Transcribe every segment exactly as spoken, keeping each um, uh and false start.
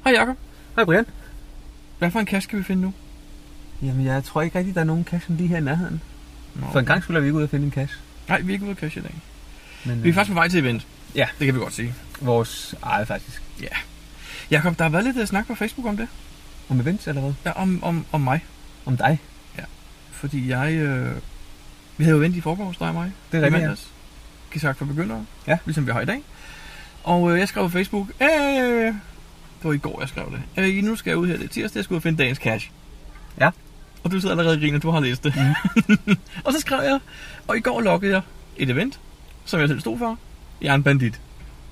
Hej Jacob. Hej Brian. Hvad for en cache skal vi finde nu? Jamen, jeg tror ikke rigtig, der er nogen cache lige her i nærheden. Nå. For en gang skulle vi ikke ud og finde en cache. Nej, vi er ikke ude af cache i dag. Men, vi er faktisk på vej til event. Ja. Det kan vi godt sige. Vores eget faktisk. Ja. Jacob, der har været lidt uh, snak på Facebook om det. Om events eller hvad? Ja, om, om, om mig. Om dig? Ja. Fordi jeg... Øh... Vi havde jo event i forgårs, dig og mig. Det er rigtigt, ja. Gesagt for begyndere. Ja. Ligesom vi har i dag. Og øh, jeg skrev på Facebook... Øh... Det var i går, jeg skrev det. Øh, nu skal jeg ud her. Det er tirsdag, jeg skal ud og finde dagens cache. Ja. Og du sidder allerede og griner, du har læst det. Mm. Og så skrev jeg... Og i går loggede jeg et event, som jeg selv stod for. Jeg er en bandit.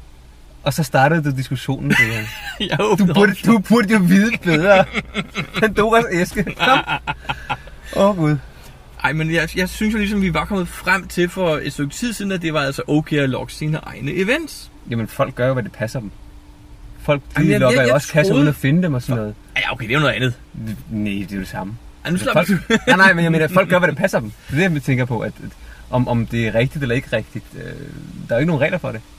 Og så startede du diskussionen, Brian. jeg du, burde, du burde jo vide bedre. Pandoras æske. Kom. Åh, oh, Gud. Ej, men jeg, jeg synes jo ligesom, vi var kommet frem til for et stykke tid siden, at det var altså okay at logge sine egne events. Jamen, folk gør jo, hvad det passer dem. Folk, de Jamen, jeg, logger jeg, jeg jo også kasser uden at finde dem og sådan noget. Ja, okay, det er jo noget andet. Nej, det er jo det samme. Ej, nu slapper folk... nej, nej, men jeg mener, at folk gør, hvad det passer dem. Det er det, jeg tænker på, at, at om, om det er rigtigt eller ikke rigtigt. Øh, der er jo ikke nogen regler for det.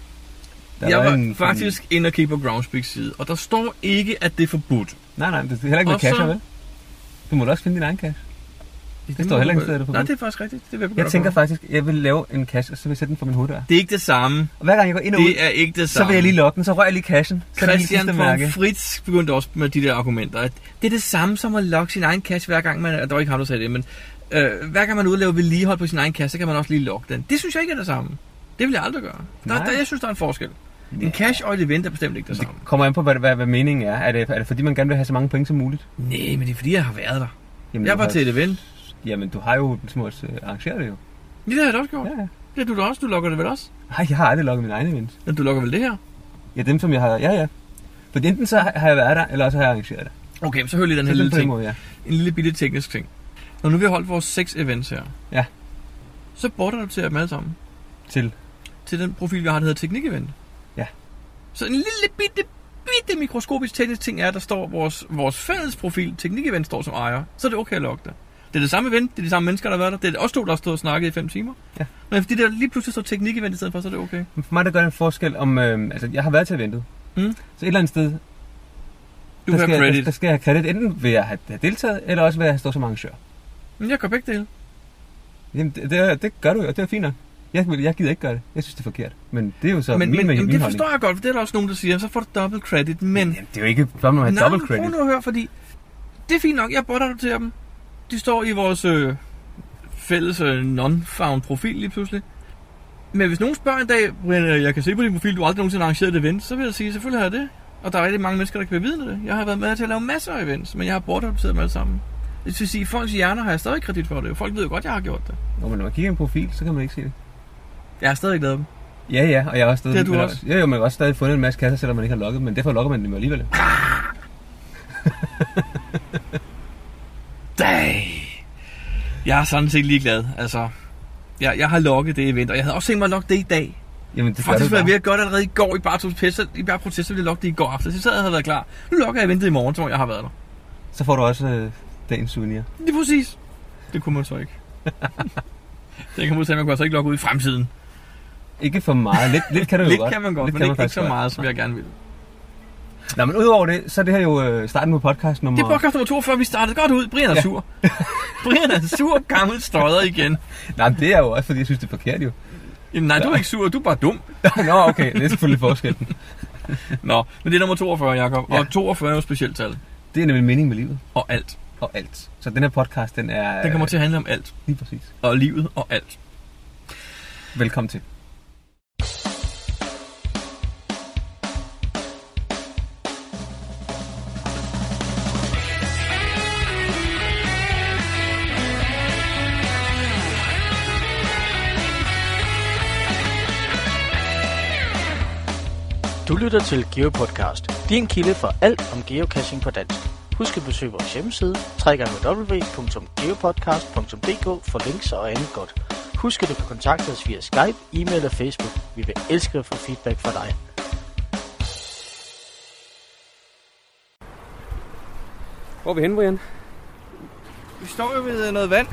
Der jeg var en, faktisk inde og kigge på Groundspeaks side, og der står ikke, at det er forbudt. Nej, nej, det er heller ikke med cacher, vel? Du må da også finde din egen cache. Det, det står heller ikke, at det er forbudt. Nej, det er faktisk rigtigt. Det vil jeg jeg tænker på. faktisk, jeg vil lave en cache, og så vil jeg sætte den for min hoveddør. Det er ikke det samme. Og hver gang jeg går ind og ud, det er ikke det samme. Så vil jeg lige logge den, så rører jeg lige cachen. Christian von Fritz begyndte også med de der argumenter. At det er det samme som at logge sin egen cache hver gang man... Der var ikke ham, der sagde det, men... Øh, hver gang man er ude og lave vedligehold på sin egen cache, så kan man også lige logge den. Det synes jeg ikke er det samme. Det vil jeg aldrig gøre. Der, der, jeg synes, der er en forskel. Ja. En cache og et event er bestemt ikke det samme. Det kommer an på, hvad, hvad, hvad meningen er. Er det, er det fordi, man gerne vil have så mange point som muligt? Nej, men det er fordi, jeg har været der. Jamen, jeg var har... til et event. Jamen, du har jo små arrangeret det jo. Ja, det har jeg da også gjort. Ja, ja. Det du da også. Du logger det vel også? Nej, jeg har aldrig logget min egen event. Men du logger vel det her? Ja, dem som jeg har... Ja, ja. For enten så har jeg været der, eller også har jeg arrangeret det. Okay, så hør lige den her lille ting. Måde, ja. En lille bitte teknisk ting. Når nu vi har holdt vores seks events her, ja. så bortadopterer dem alle sammen. Til? Til den profil, vi har, der hedder teknikevent. Ja. Så en lille bitte, bitte mikroskopisk teknisk ting er, at der står vores, vores fælles profil, teknikevent, står som ejer. Så er det okay at logge det. Det er det samme event, det er de samme mennesker, der har været der. Det er også to, der har stået og snakket i fem timer. Ja. Men fordi der lige pludselig står teknikevent i stedet for, så er det okay. Men for mig, der gør en forskel om... Øh, altså, jeg har været til eventet. Mm. Så et eller andet sted... Du har credit. Der, der skal jeg have credit. Enten ved jeg have deltaget, eller også ved jeg have stået som arrangør. Men jeg gør begge dele. Jamen, det, det, det gør du jo, og det er fint nok. Jeg, jeg gider ikke gøre det. Jeg synes, det er forkert. Men det er jo så men, min, men, min, min min det forstår jeg godt, for det er der også nogen, der siger, så får du double credit, men... Jamen, det er jo ikke bare at have nej, double credit. Nej, prøv nu at høre, fordi... Det er fint nok, jeg bortadopterer dem. De står i vores øh, fælles øh, non-found profil lige pludselig. Men hvis nogen spørger en dag, Brian, jeg kan se på din profil, du har aldrig nogensinde arrangeret et event, så vil jeg sige, selvfølgelig har jeg det. Og der er rigtig mange mennesker, der kan bevidne det. Jeg har været med til at lave masser af events, men jeg har bortadopteret dem alle sammen. Det vil sige, folks hjerner har jeg stadig kredit for det. Folk ved jo godt, jeg har gjort det. Nå, men når man kigger en profil, så kan man ikke se det. Jeg har stadig lavet dem. Ja, ja, og jeg har også stadig... Det har du også. Ja, jo, man har også stadig fundet en masse kasser, selvom man ikke har logget, men derfor logger man dem alligevel. Dag. Jeg er sådan set ligeglad. Altså, jeg, jeg har logget det event, og jeg havde også tænkt mig at logge det i dag. Jamen, det faktisk var jeg ved at gøre det allerede i går i bare protester, i bare protester ville jeg logge det i går aften. Så jeg sad og havde været klar. Nu logger jeg eventet i morgen, tror jeg har været der. Så får du også øh, dagens souvenir. Det er præcis. Det kunne man så ikke. Det kan man sige, at man kunne altså ikke logge ud i fremtiden. Ikke for meget. Lidt, lidt kan du jo lidt godt. Lidt kan man godt, lidt men ikke, ikke så meget, som jeg gerne vil. Nå, men udover det, så er det her jo starten på podcast nummer... Det er podcast nummer toogfyrre, vi startede godt ud. Brian er ja. sur. Brian er sur, gammel støder igen. Nej, men det er jo også, fordi jeg synes, det er forkert jo. Jamen, nej, så. Du er ikke sur, du er bare dum. Nå, okay, det er selvfølgelig forskellen. Nå, men det er nummer toogfyrre, Jacob. Ja. Og toogfyrre er jo et specielt tal. Det er nemlig mening med livet. Og alt. Og alt. Så den her podcast, den er... Den kommer til at handle om alt. Lige præcis. Og livet og alt. Velkommen til. Du lytter til GeoPodcast, din kilde for alt om geocaching på dansk. Husk at besøge vores hjemmeside, w w w punktum geopodcast punktum d k for links og andet godt. Husk at du kan kontakte os via Skype, e-mail og Facebook. Vi vil elske at få feedback fra dig. Hvor er vi henne, Brian? Vi står jo ved noget vand.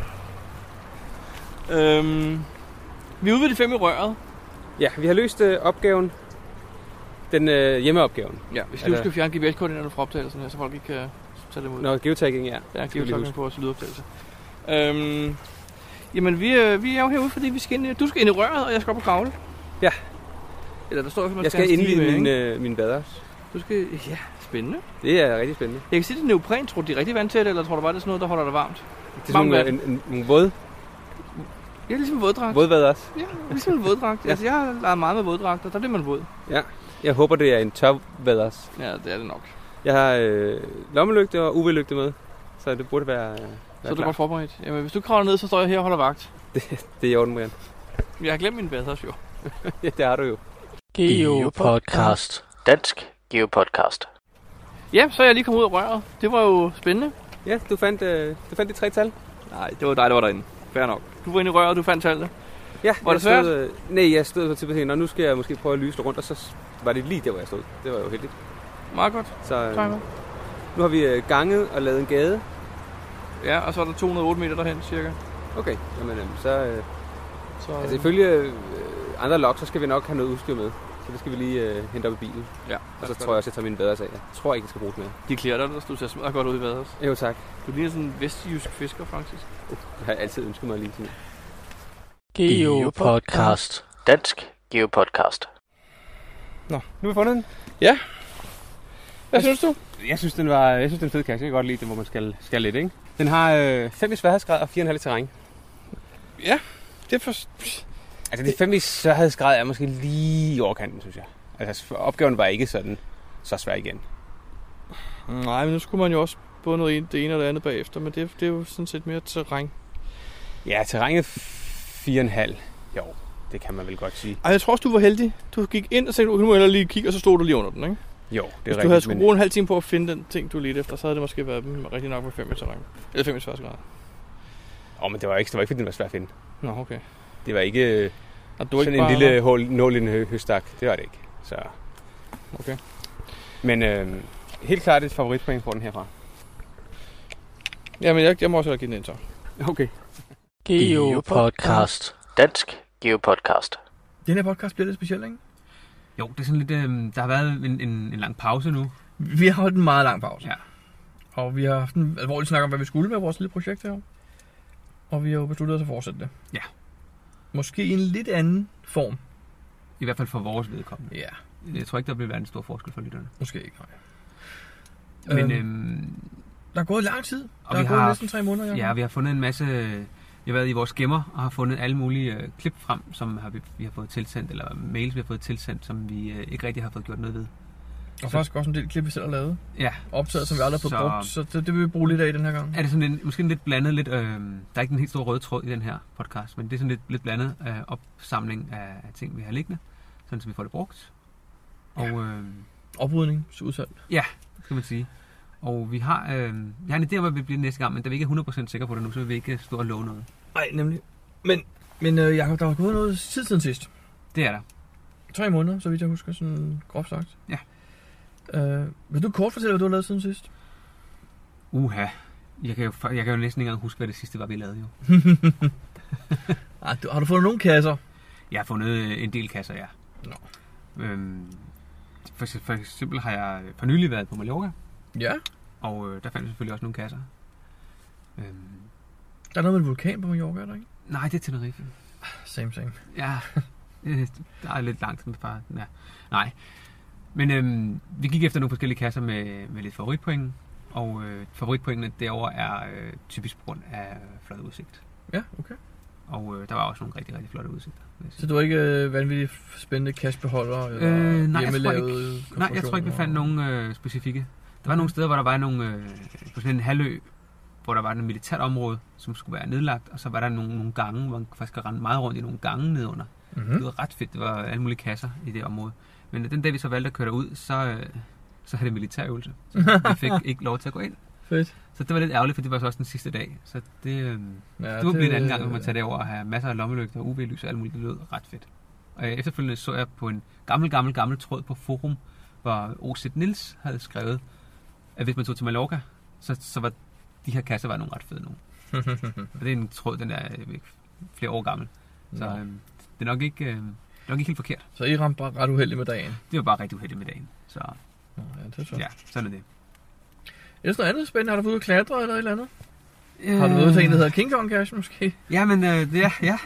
Øhm, vi er ude ved de fem i røret. Ja, vi har løst øh, opgaven Den øh, hjemmeopgaven. Ja, vi skal altså, huske at fjerne G P S-koordinater fra optagelsen her, så folk ikke kan tage dem ud. Nå, geotagging, ja. Ja, geotagging på vores lydoptagelse. Øhm, jamen, vi, øh, vi er jo herude, fordi vi skal ind, du skal ind i røret, og jeg skal op og kravle. Ja. Eller der står jo, at man jeg skal, skal indvide min, øh, min bader. Du skal, ja, spændende. Det er rigtig spændende. Jeg kan sige, at det er neopren. Tror du, de er rigtig vant til det, eller tror du bare, det er sådan noget, der holder dig varmt? Det er sådan en, en, en, en våd... Ja, ligesom en våddragt. Vådvad også. Ja, ligesom en våddragt. Ja. Altså, jeg har leget meget med våddragter, der bliver man våd. Ja, jeg håber, det er en tørvaders. Ja, det er det nok. Jeg har øh, lommelygte og U V-lygte med, så det burde være, være Så er du godt forberedt. Jamen, hvis du kravler ned, så står jeg her og holder vagt. Det, det er i orden, Brian. Jeg har glemt min baders, jo. Ja, det har du jo. GeoPodcast. Dansk GeoPodcast. Ja, så er jeg lige kommet ud af røret. Det var jo spændende. Ja, du fandt, øh, du fandt de tre tal. Nej, det var dig, der var derinde. Fair nok. Du var inde i røret, og du fandt tallet. Ja, var det svært? Stod, øh, nej, jeg stod på tilbage, og nu skal jeg måske prøve at lyse rundt, og så var det lige der, hvor jeg stod. Det var jo heldigt. Meget godt. Så øh, tak. Nu har vi øh, ganget og lavet en gade. Ja, og så er der to hundrede og otte meter derhen, cirka. Okay, jamen øh, så... Øh, så øh, altså ifølge øh, andre log, så skal vi nok have noget udstyr med. Så det skal vi lige øh, hente op i bilen. Ja. Og så tror jeg også, jeg tager mine baders af. Jeg tror ikke, jeg skal bruge det mere. De klæder dig, der du ser smadret godt ud i baders. Jo, tak. Du ligner sådan en vestjysk fisker, faktisk. Uh, jeg har altid ønsket mig lige sådan. GeoPodcast. Dansk GeoPodcast. Nå, nu har vi fundet den. Ja. Hvad synes du? Jeg synes, den var, jeg synes, den er en fed kasse. Jeg kan godt lide den, hvor man skal, skal lidt, ikke? Den har øh, fem i sværhedsgrad og fire komma fem i terræn. Ja, det er for... Altså, det fem i sværhedsgrad er måske lige i overkanten, synes jeg. Altså, opgaven var ikke sådan så svær igen. Nej, men nu skulle man jo også både noget det ene og det andet bagefter, men det, det er jo sådan set mere terræn. Ja, terrænet fire komma fem. Jo, det kan man vel godt sige. Ej, jeg tror også, du var heldig. Du gik ind og sagde, nu må jeg lige kigge, og så stod du lige under den, ikke? Jo, det er Hvis rigtigt. du havde skulle bruge en halv time på at finde den ting, du ledte efter, så havde det måske været rigtig nok med fem i terræn. Eller fem i sværhedsgrad. Åh, oh, men det var ikke, det var ikke, fordi den var svær at finde. Nå, okay. Det var ikke og du sådan ikke en bare... lille hul, nål i en hø- høstak. Det var det ikke. Så. Okay. Men øh, helt klart et favoritpoint for den herfra. Jamen, jeg, jeg må også give den ind så. Okay. GeoPodcast. Dansk GeoPodcast. Den her podcast bliver lidt speciel, ikke? Jo, det er sådan lidt... Øh, der har været en, en, en lang pause nu. Vi har holdt en meget lang pause. Ja. Og vi har haft en alvorlig snak om, hvad vi skulle med vores lille projekt her. Og vi har jo besluttet os at fortsætte det. Ja. Måske i en lidt anden form. I hvert fald for vores vedkommende. Ja. Jeg tror ikke, der bliver været en stor forskel for lytterne. Måske ikke, nej. Men øhm, øhm, der er gået lang tid. Og der vi er gået har, næsten tre måneder. Ja, vi har fundet en masse... Vi har været i vores gemmer og har fundet alle mulige øh, klip frem, som har vi, vi har fået tilsendt, eller mails, vi har fået tilsendt, som vi øh, ikke rigtig har fået gjort noget ved. Og faktisk også en del klip, vi selv har lavet. Ja. Optaget, som vi aldrig har fået så, brugt, så det, det vil vi bruge lidt af den her gang. Er det sådan en, måske en lidt blandet, lidt, øh, der er ikke en helt stor rød tråd i den her podcast, men det er sådan lidt, lidt blandet øh, opsamling af, af ting, vi har liggende, sådan så vi får det brugt. Og, øh, Oprydning, så udsalg. Ja, skal man sige. Og vi har, øh, jeg har en idé om, hvad vi bliver næste gang, men da vi ikke er hundrede procent sikre på det nu, så vil vi ikke stå og love noget. Nej, nemlig. Men, men øh, Jacob, der var gået noget tid siden sidst. Det er der. Tre måneder, så vidt jeg husker, sådan groft sagt. Ja. Øh, vil du kort fortælle, hvad du har lavet siden sidst? Uha. Jeg kan, jo, jeg kan jo næsten ikke engang huske, hvad det sidste var, vi lavede jo. Ej, du, har du fundet nogle kasser? Jeg har fundet en del kasser, ja. Nå. Øhm, for, for eksempel har jeg for nylig været på Mallorca. Ja. Og øh, der fandt jeg selvfølgelig også nogle kasser. Øhm, der er noget med en vulkan på Mallorca, er der ikke? Nej, det er Tenerife. Same, same. Ja, der er lidt langt. Bare, ja. Nej. Men øhm, vi gik efter nogle forskellige kasser med, med lidt favoritpoint. Og øh, favoritpointene derovre er øh, typisk på grund af flot udsigt. Ja, okay. Og øh, der var også nogle rigtig, rigtig flotte udsigter. Så du har ikke øh, vanvittigt spændende cashbeholdere? Eller øh, nej, jeg tror ikke, nej, jeg tror ikke, vi fandt og... nogle øh, specifikke. Der var nogle steder, hvor der var nogle, øh, på sådan en halvø, hvor der var et militært område, som skulle være nedlagt, og så var der nogle, nogle gange, hvor man faktisk kan rende meget rundt i nogle gange nedunder. Mm-hmm. Det var ret fedt, det var alle mulige kasser i det område. Men den dag, vi så valgte at køre derud, så, øh, så havde det militærøvelse. Så vi fik ikke lov til at gå ind. Fedt. Så det var lidt ærgerligt, for det var så også den sidste dag. Så det, øh, ja, det må blive en anden gang, hvor man tager derover og have masser af lommelygter og U V-lys og alt muligt. Det lød ret fedt. Og efterfølgende så jeg på en gammel, gammel, gammel tråd på forum, hvor O Z Nils havde skrevet, at hvis man tog til Mallorca, så, så var de her kasser var nogle ret fede nu. Og det er en tråd, den er øh, flere år gammel. Så øh, det er nok ikke... Øh, Det gik helt forkert. Så I ramte bare ret uheldigt med dagen? Det var bare rigtig uheldigt med dagen. Så ja, det er så. Ja, sådan er det. Er der noget andet spændende? Har du været ude at klatre eller et eller andet? Øh... Har du været ude til en, der hedder King Kong Cache måske? Ja, men øh, det er... Ja.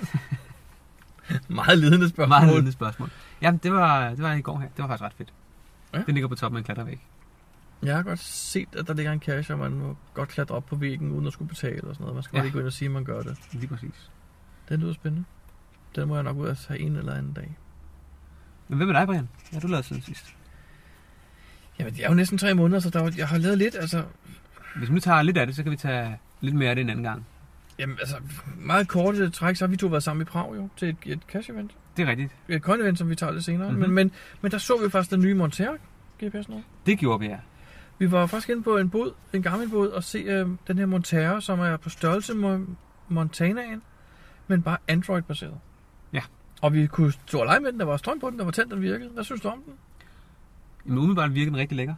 Meget ledende spørgsmål. Meget ledende spørgsmål. Jamen, det var, det var i går her. Det var faktisk ret fedt. Ja. Den ligger på toppen af en klatrevæg. Jeg har godt set, at der ligger en cache, og man må godt klatre op på væggen, uden at skulle betale og sådan noget. Man skal ja. bare lige gå ind og sige, at man gør det. Lige præcis. Den lyder spændende. Den må jeg nok ud at have en eller anden dag. Men hvad med dig, Brian? Ja, du lavede siden sidst. Jamen, det er jo næsten tre måneder, så der var, jeg har lavet lidt, altså... Hvis vi nu tager lidt af det, så kan vi tage lidt mere af det en anden gang. Jamen, altså, meget korte træk, så har vi to været sammen i Prag jo, til et, et cache-event. Det er rigtigt. Et coin-event, som vi tager lidt senere. Mm-hmm. Men, men, men der så vi faktisk den nye Montero G P S nu. Det gjorde vi, ja. Vi var faktisk inde på en båd, en gammel båd, og se øh, den her Montero, som er på størrelse med Montanaen, men bare Android-baseret. Ja. Og vi kunne stå og lege med den, der var strøm på den, der var tændt, den virkede. Hvad synes du om den? Jamen umiddelbart virkede den rigtig lækker.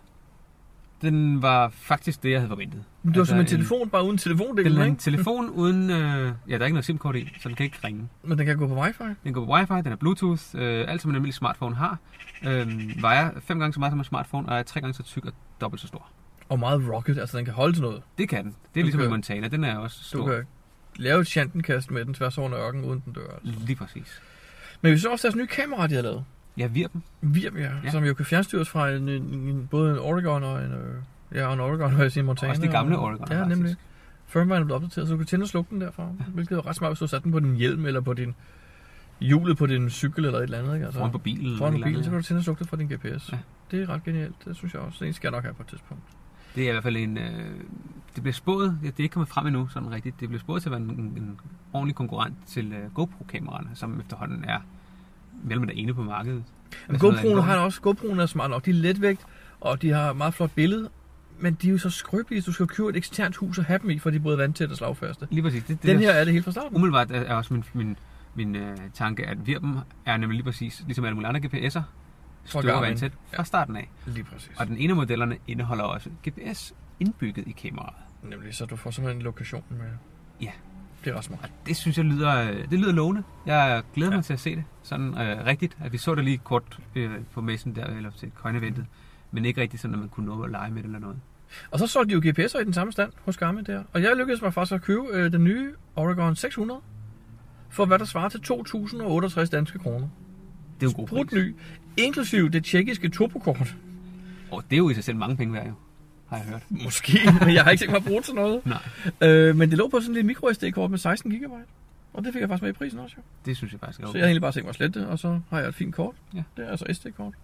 Den var faktisk det, jeg havde forventet. Men det var altså som en telefon, bare uden telefon, det er en en telefon uden... Øh, ja, der er ikke noget SIM-kort i, så den kan ikke ringe. Men den kan gå på wifi? Den går på wifi, den er Bluetooth, øh, alt som en almindelig smartphone har. Øh, vejer fem gange så meget som en smartphone, og er tre gange så tyk og dobbelt så stor. Og meget rocket, altså den kan holde til noget. Det kan den. Det er ligesom en Montana, den er også stor. Du kan lave et shantenkast med den tværs over ørken, uden den dør. Altså. Lige præcis. Men vi så også deres nye kamera, de har lavet. Ja, Virpen. Virpen, ja. ja. Som jo kan fjernstyres fra en, en, en, både en Oregon og en... Øh, ja, en Oregon, og jeg siger Montana. Også de gamle Oregon, ja, faktisk. Nemlig. Firmware er blevet opdateret, så du kan tænde og slukke den derfra. Ja. Hvilket er ret smart, hvis du har sat den på din hjelm, eller på din hjulet på din cykel, eller et eller andet. Ikke? Altså, foran på bilen. Foran på bilen, så kan du tænde og slukke det fra din G P S. Ja. Det er ret genialt, det synes jeg også. Det skal jeg nok have på et tidspunkt. Det er i hvert fald en... Øh, det bliver spået, det er ikke kommet frem endnu, sådan rigtigt. Det bliver spået til at være en, en ordentlig konkurrent til uh, GoPro-kameraerne, som efterhånden er mellem det ene på markedet. Men GoPro'en har også, GoPro'en er smart nok. De er letvægt, og de har meget flot billede. Men de er jo så skrøbelige, at du skal købe et eksternt hus og have dem i, for de er både vandtætte og slagfaste. Lige præcis. Det, det Den her er det helt fra starten. Umiddelbart er også min, min, min uh, tanke, at Virpen er nemlig lige præcis, ligesom alle mulige andre G P S'er, større vandtæt fra starten af. Lige præcis. Og den ene af modellerne indeholder også G P S indbygget i kameraet. Nemlig, så du får simpelthen en lokation med. Ja. Det er ret smart. Det synes jeg lyder, det lyder lovende. Jeg glæder ja. mig til at se det sådan øh, rigtigt. At vi så det lige kort øh, på messen der, eller til coin-eventet. Men ikke rigtigt sådan, at man kunne nå at lege med det eller noget. Og så så de jo G P S'er i den samme stand hos Garmin der. Og jeg lykkedes mig faktisk at købe øh, den nye Oregon seks hundrede. For hvad der svarer til to tusind og otteogtres danske kroner. Det er jo en god pris. Ny, inklusive det tjekkiske turbokort. Og det er jo i sig selv mange penge værd jo. Har jeg hørt. Måske, men jeg har ikke tænkt mig at bruge til noget. Nej. Øh, men det lå på sådan et micro S D-kort med seksten gigabyte. Og det fik jeg faktisk med i prisen også, jo. Det synes jeg faktisk er okay. Så jeg har egentlig bare tænkt mig at slette det, og så har jeg et fint kort. Ja. Det er altså S D-kort.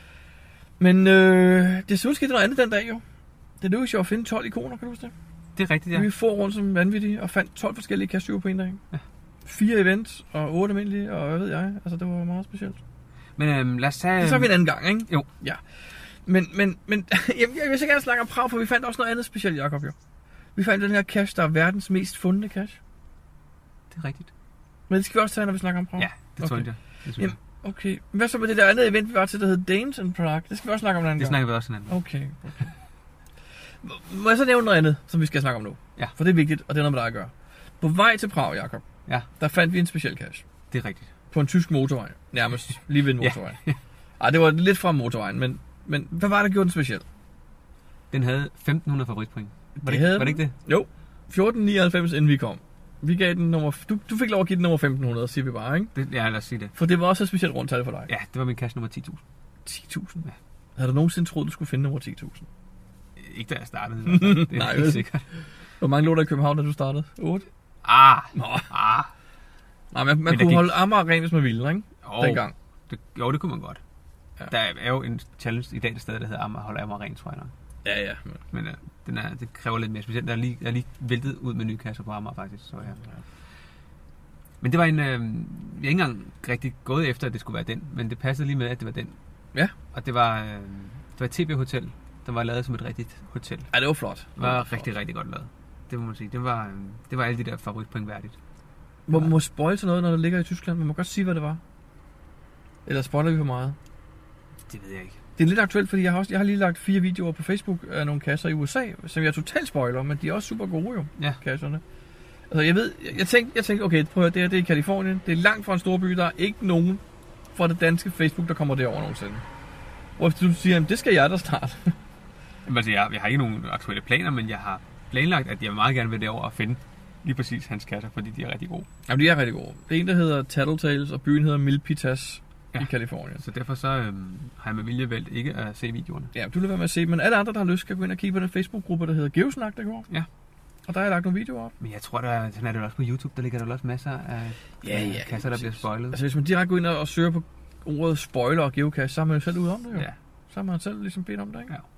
Men øh, det så skete noget andet den dag, jo. Det lykkedes jo at finde tolv ikoner, kan du huske det? Det er rigtigt, ja. Vi får rundt som vanvittige og fandt tolv forskellige cache på en dag. Ja. Fire events og otte almindelige, og hvad ved jeg. Altså, det var meget specielt. Men øhm, lad os tage... Det så vi en anden gang, ikke? Jo. Ja. Men, men, men jeg vil så gerne snakke om Prag, for vi fandt også noget andet specielt, Jacob, jo. Vi fandt den her cache, der er verdens mest fundne cache. Det er rigtigt. Men det skal vi også tage, når vi snakker om Prag. Ja, det tror okay. jeg. Det Jamen, okay. Hvad så med det der andet event, vi var til, der hed Danes in Prague? Det skal vi også snakke om en anden Det gang. snakker vi også en anden gang. Okay, okay. Må jeg så nævne noget andet, som vi skal snakke om nu? Ja. For det er vigtigt, og det er noget med dig at gøre. På vej til Prag, Jacob, ja. der fandt vi en speciel cache. Det er rigtigt. På en tysk motorvej. Nærmest lige ved en motorvej. ja. Ej, det var lidt fra motorvejen, men, men hvad var der gjort den speciel? Den havde femten hundrede favoritpoint. Var det, det ikke, var det ikke det? Jo, fjorten nioghalvfems inden vi kom. Vi gav den nummer, du, du fik lov at give den nummer femten hundrede, siger vi bare, ikke? Det, ja, lad os sige det. For det var også et specielt rundtal for dig. Ja, det var min cache nummer ti tusind. ti tusind? Ja. Havde du nogensinde troet, du skulle finde nummer ti tusind? Ikke da jeg startede. Det er Nej, helt sikkert. Hvor mange lå der i København, da du startede? otte? Ah! Nå. Ah! Nej, man, man kunne gik... holde Amager ren, hvis man ville, ikke? Jo, dengang. Det, jo, det kunne man godt. Ja. Der er jo en challenge i dag det sted, der hedder Amager holder Amager ren, tror jeg nok. Ja, ja. Men, men uh, den er, det kræver lidt mere specielt. Der er lige, jeg er lige væltet ud med nye kasser på Amager, faktisk. Så, ja. Ja. Men det var en... Øh, jeg er ikke engang rigtig gået efter, at det skulle være den, men det passede lige med, at det var den. Ja. Og det var, øh, det var et T B-hotel, der var lavet som et rigtigt hotel. Ja, det var flot. Det var, var rigtig, flot. rigtig godt lavet. Det må man sige. Det var, øh, det var alle de der favoritpoint værdigt. Må man må spoil til noget, når det ligger i Tyskland? Man må godt sige, hvad det var. Eller spoiler vi for meget? Det ved jeg ikke. Det er lidt aktuelt, fordi jeg har, også, jeg har lige lagt fire videoer på Facebook af nogle kasser i U S A, som jeg totalt spoiler, men de er også super gode jo, ja. Kasserne. Altså jeg ved, jeg, jeg, tænkte, jeg tænkte, okay, prøv at høre, det her det er i Kalifornien, det er langt fra en stor by, der er ikke nogen fra det danske Facebook, der kommer derover nogensinde. Hvor du siger, at det skal jeg da snart. Jamen, altså, jeg, jeg har ikke nogen aktuelle planer, men jeg har planlagt, at jeg meget gerne vil derover og finde lige præcis hans kasser, fordi de er rigtig gode. Jamen, de er rigtig gode. Det er en, der hedder Tattletales, og byen hedder Milpitas ja. i Californien. Så derfor så øhm, har jeg med vilje valgt ikke at se videoerne. Ja, du vil være med at se, men alle andre, der har lyst, kan gå ind og kigge på den Facebook-gruppe, der hedder Geosnak, der går. Ja. Og der er lagt nogle videoer op. Men jeg tror, der er, sådan er det også på YouTube, der ligger der også masser af ja, ja, kasser, der bliver spoilet. Altså, hvis man direkte går ind og søger på ordet spoiler og geocache, så har man jo selv ud om det, jo. Ja. Så har man selv ligesom bedt om det, ikke? Ja.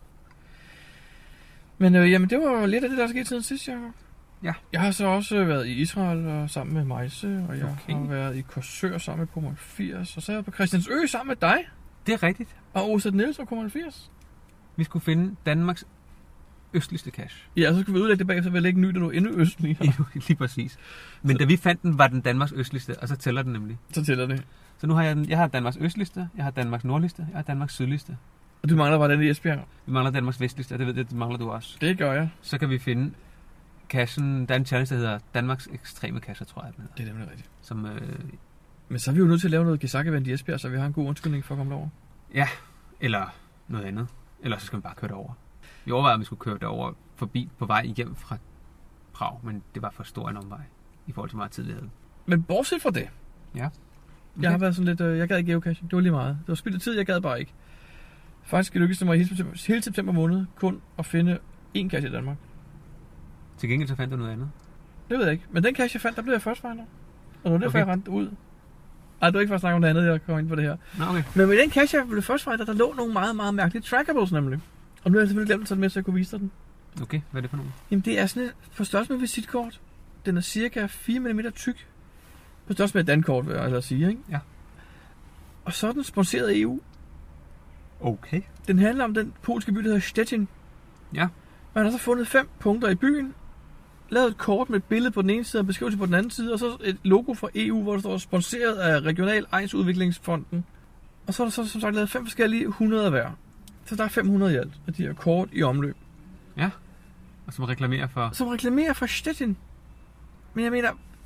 Men øh, jamen, det var lidt af det, der er sket siden sidst, Jacob. Ja. Jeg har så også været i Israel og sammen med Majse, og jeg okay. har været i Korsør sammen med Kommand firs, og så er jeg på Christiansø sammen med dig. Det er rigtigt. Og Åsa Niels og Kommand firs. Vi skulle finde Danmarks østligste cache. Ja, så skulle vi udlægge det bagefter, så vil jeg lægge ny, da du er endnu østlig. Lige præcis. Men så da vi fandt den, var den Danmarks østligste, og så tæller den nemlig. Så tæller det. Så nu har jeg den. Jeg har Danmarks østligste, jeg har Danmarks nordligste, jeg har Danmarks sydligste. Og du mangler bare den i Esbjerg? Vi mangler Danmarks vestligste, og det ved jeg, det mangler du også. Det gør jeg. Så kan vi finde cachen, der er en challenge, der hedder Danmarks ekstreme cache, tror jeg. Den det er nemlig rigtigt. Som, øh... Men så er vi jo nødt til at lave noget Gesak-event i Esbjerg, så vi har en god undskyldning for at komme derover. Ja, eller noget andet. Eller så skal vi bare køre derover. Vi overvejede, at vi skulle køre derover forbi på vej igennem fra Prag, men det var for stor en omvej i forhold til meget tid, vi havde. Men bortset fra det. Ja. Okay. Jeg har været sådan lidt, øh, jeg gad ikke geocaching. Det var lige meget. Det var spild af tid, jeg gad bare ikke. Faktisk lykkedes det mig hele september, hele september måned kun at finde én cache i Danmark. Til gengæld så fandt du noget andet? Det ved jeg ikke. Men den cache, jeg fandt, der blev jeg først finder. Og det var derfor, okay. jeg rendte ud. Ej, du er ikke for at snakke om det andet, jeg kommer ind på det her. Nå, okay. Men med den cache, jeg blev først finder, der lå nogle meget, meget mærkelige trackables nemlig. Og nu har jeg selvfølgelig glemt at tage den med, så jeg kunne vise dig den. Okay, hvad er det for nogle? Jamen, det er sådan et på størrelse med visitkort. Den er cirka fire millimeter tyk. På størrelse med et dankort, vil jeg altså sige, ikke? Ja. Og så er den sponsoreret af E U. Okay. Den handler om den polske by, der hedder Stettin. Ja. Man har så fundet fem punkter i byen, lavet et kort med et billede på den ene side og beskrivelse på den anden side, og så et logo fra E U, hvor der står sponsoreret af Regional Egnsudviklingsfonden. Og så er der så som sagt lavet fem forskellige hundrede hver. Så der er fem hundrede i alt, og de er kort i omløb. Ja, og som reklamerer for... Som reklamerer for Stettin. Men jeg mener,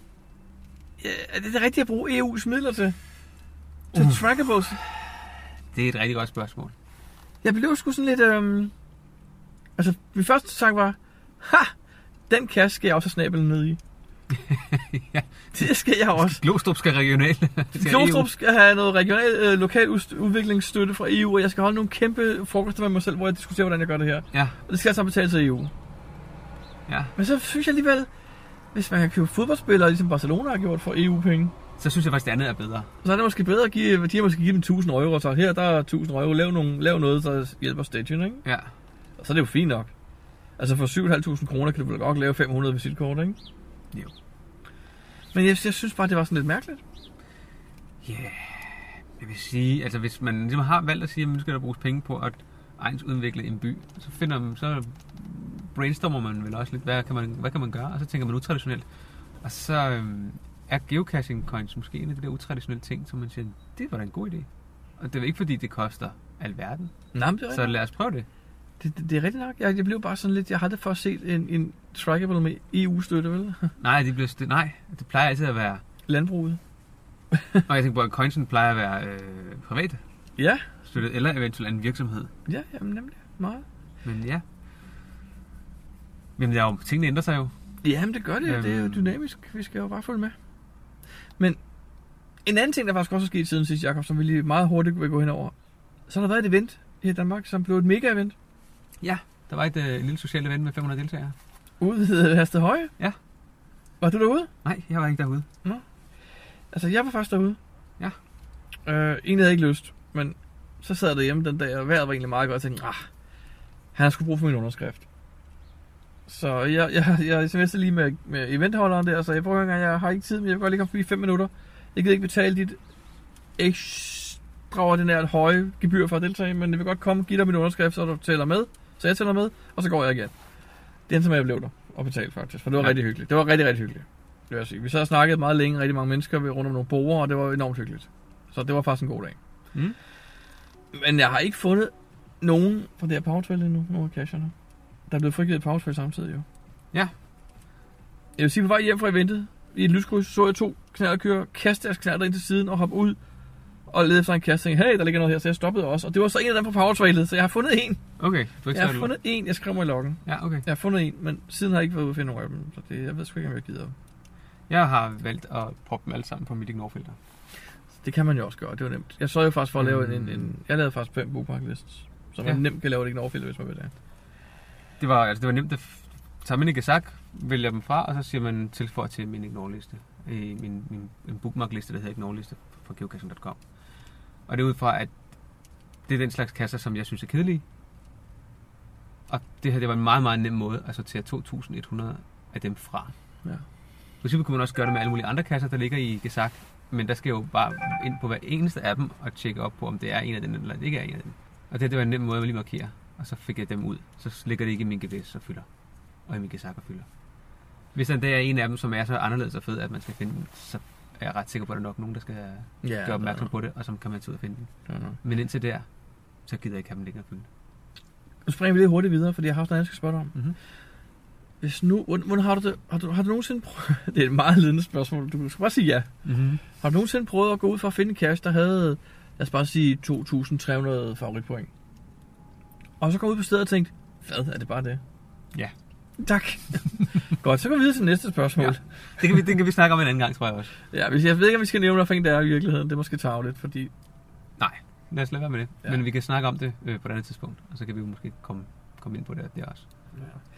er det det rigtige at bruge E U's midler til? Til uh. trackables? Det er et rigtig godt spørgsmål. Jeg blev sgu sådan lidt... Øhm... Altså, min første sang var... Ha! Den kasse skal jeg også have snabelen ned i. Ja. Det skal jeg også. Glostrup skal regional. Glostrup skal have noget regional, øh, lokal udviklingsstøtte fra E U, og jeg skal holde nogle kæmpe frokoster med mig selv, hvor jeg diskuterer, hvordan jeg gør det her. Ja. Og det skal jeg så betale til E U. Ja. Men så synes jeg alligevel, hvis man kan købe fodboldspillere, ligesom Barcelona har gjort for E U-penge, så synes jeg faktisk, det andet er bedre. Så er det måske bedre at give, de har måske give dem tusind euro, så her der er tusind euro, lav, nogle, lav noget, der hjælper Stettin, ikke? Ja. Og så er det jo fint nok. Altså for syv tusind fem hundrede kroner kan du vel godt lave fem hundrede visitkort, ikke? Jo. Men jeg, jeg synes bare, det var sådan lidt mærkeligt. Ja, yeah. Jeg vil sige, altså hvis man ligesom har valgt at sige, at nu skal der bruges penge på at egnsudvikle en by, så finder man, så brainstormer man vel også lidt, hvad kan man, hvad kan man gøre, og så tænker man utraditionelt. Og så øhm, er geocaching coins måske en af de der utraditionelle ting, som man siger, det var da en god idé. Og det er ikke fordi, det koster alverden. Nej, men det er så lad os prøve det. Det, det, det er rigtigt nok. Jeg, jeg blev bare sådan lidt, jeg har det for at se en, en trackable med E U-støtte, vel? Nej, det bliver stø- nej, det plejer altid at være... Landbruget. Og jeg tænker på, at coinsen plejer at være øh, privat. Ja. Støttet, eller eventuelt en virksomhed. Ja, jamen nemlig. Meget. Men ja. Men der er jo, tingene ændrer sig jo. Jamen det gør det, øhm. det er jo dynamisk. Vi skal jo bare følge med. Men en anden ting, der faktisk også er sket siden sidst, Jacob, som vi lige meget hurtigt vil gå hen over. Så har der været et event i Danmark, som blev et mega-event. Ja, der var et, øh, et lille socialt event med fem hundrede deltagere. Ude ved Herstedhøje? Ja. Var du derude? Nej, jeg var ikke derude. Nå. Altså, jeg var først derude. Ja. Øh, egentlig havde jeg ikke lyst, men så sad jeg derhjemme den dag, og vejret var egentlig meget godt, og tænkte, ah, han har sgu brug for min underskrift. Så jeg, jeg, jeg sms'ede lige med, med eventholderen der, så jeg prøver en gang, jeg har ikke tid, men jeg vil godt lige komme forbi fem minutter. Jeg gider ikke betale dit ekstraordinært høje gebyr for at deltage, men jeg vil godt komme og give dig min underskrift, så du tæller med. Så jeg tæller med, og så går jeg igen. Det endte som jeg blev der og betale faktisk, for det var ja. rigtig hyggeligt. Det var rigtig, rigtig hyggeligt. Det vil jeg sige. Vi så har snakket meget længe, rigtig mange mennesker ved rundt om nogle borde, og det var enormt hyggeligt. Så det var faktisk en god dag. Mm. Men jeg har ikke fundet nogen fra det her powertrail endnu, nogle af cacherne. Der er blevet frigivet et powertrail samtidig jo. Ja. Jeg vil sige, på vej hjem fra eventet, i et lyskryds, så jeg to knallerkører kaste deres knaller ind til siden og hoppe ud og ledte efter en kasse, og tænkte, hey, der ligger noget her, så jeg stoppede også. Og det var så en af dem på powertrailet, så jeg har fundet en. Okay, du Jeg har fundet en, jeg skrev mig i loggen. Ja, okay. Jeg har fundet en, men siden har jeg ikke været ude at finde nogle af dem, så det, jeg ved sgu ikke, om jeg gider. Jeg har valgt at proppe dem alle sammen på mit ignore-filter. Det kan man jo også gøre, det var nemt. Jeg så jo faktisk for at lave en, en jeg lavede faktisk fem bookmark-lists, så man ja. nemt kan lave et ignore-filter, hvis man vil det. Det var, altså, det var nemt at tage min gesak, vælger dem fra, og så siger man tilføj til min ignore-liste. I min, min en bookmark-liste, der hedder ignore-liste fra geocaching punktum com. Og det er ud fra, at det er den slags kasser, som jeg synes er kedelige. Og det her, det var en meget, meget nem måde at sortere to tusind et hundrede af dem fra. Ja. For eksempel kunne man også gøre det med alle mulige andre kasser, der ligger i gesak, men der skal jo bare ind på hver eneste af dem og tjekke op på, om det er en af dem, eller det ikke er en af dem. Og det, det var en nem måde at lige markere, og så fik jeg dem ud. Så ligger det ikke i min G P S og fylder, og i min gesak og fylder. Hvis der er en af dem, som er så anderledes og fed, at man skal finde den, så er jeg ret sikker på, at der er nok nogen, der skal ja, gøre opmærksom på det, og så kan man tage ud og finde den. Ja, ja. Men indtil der, så gider jeg ikke have dem liggende og fylde. Nu springer vi lidt hurtigt videre, fordi jeg har haft noget, jeg skal spørge dig om. Mm-hmm. Hvis nu, hvordan har du det? Har du, har du nogensinde prøvet, det er et meget ledende spørgsmål, du skal bare sige ja. Mm-hmm. Har du nogensinde prøvet at gå ud for at finde en cache, der havde, lad os bare sige, to tusind tre hundrede favoritpoint? Og så kom ud på stedet og tænkte, hvad, er det bare det? Ja. Tak. Godt, så går vi videre til næste spørgsmål. Ja. Det, kan vi, det kan vi snakke om en anden gang, tror jeg også. Ja, hvis jeg ved ikke, om vi skal nævne, hvad det er i virkeligheden. Det er måske tarveligt, fordi... Nej, lad os lade være med det. Ja. Men vi kan snakke om det øh, på et andet tidspunkt, og så kan vi jo måske komme, komme ind på det der også. Ja.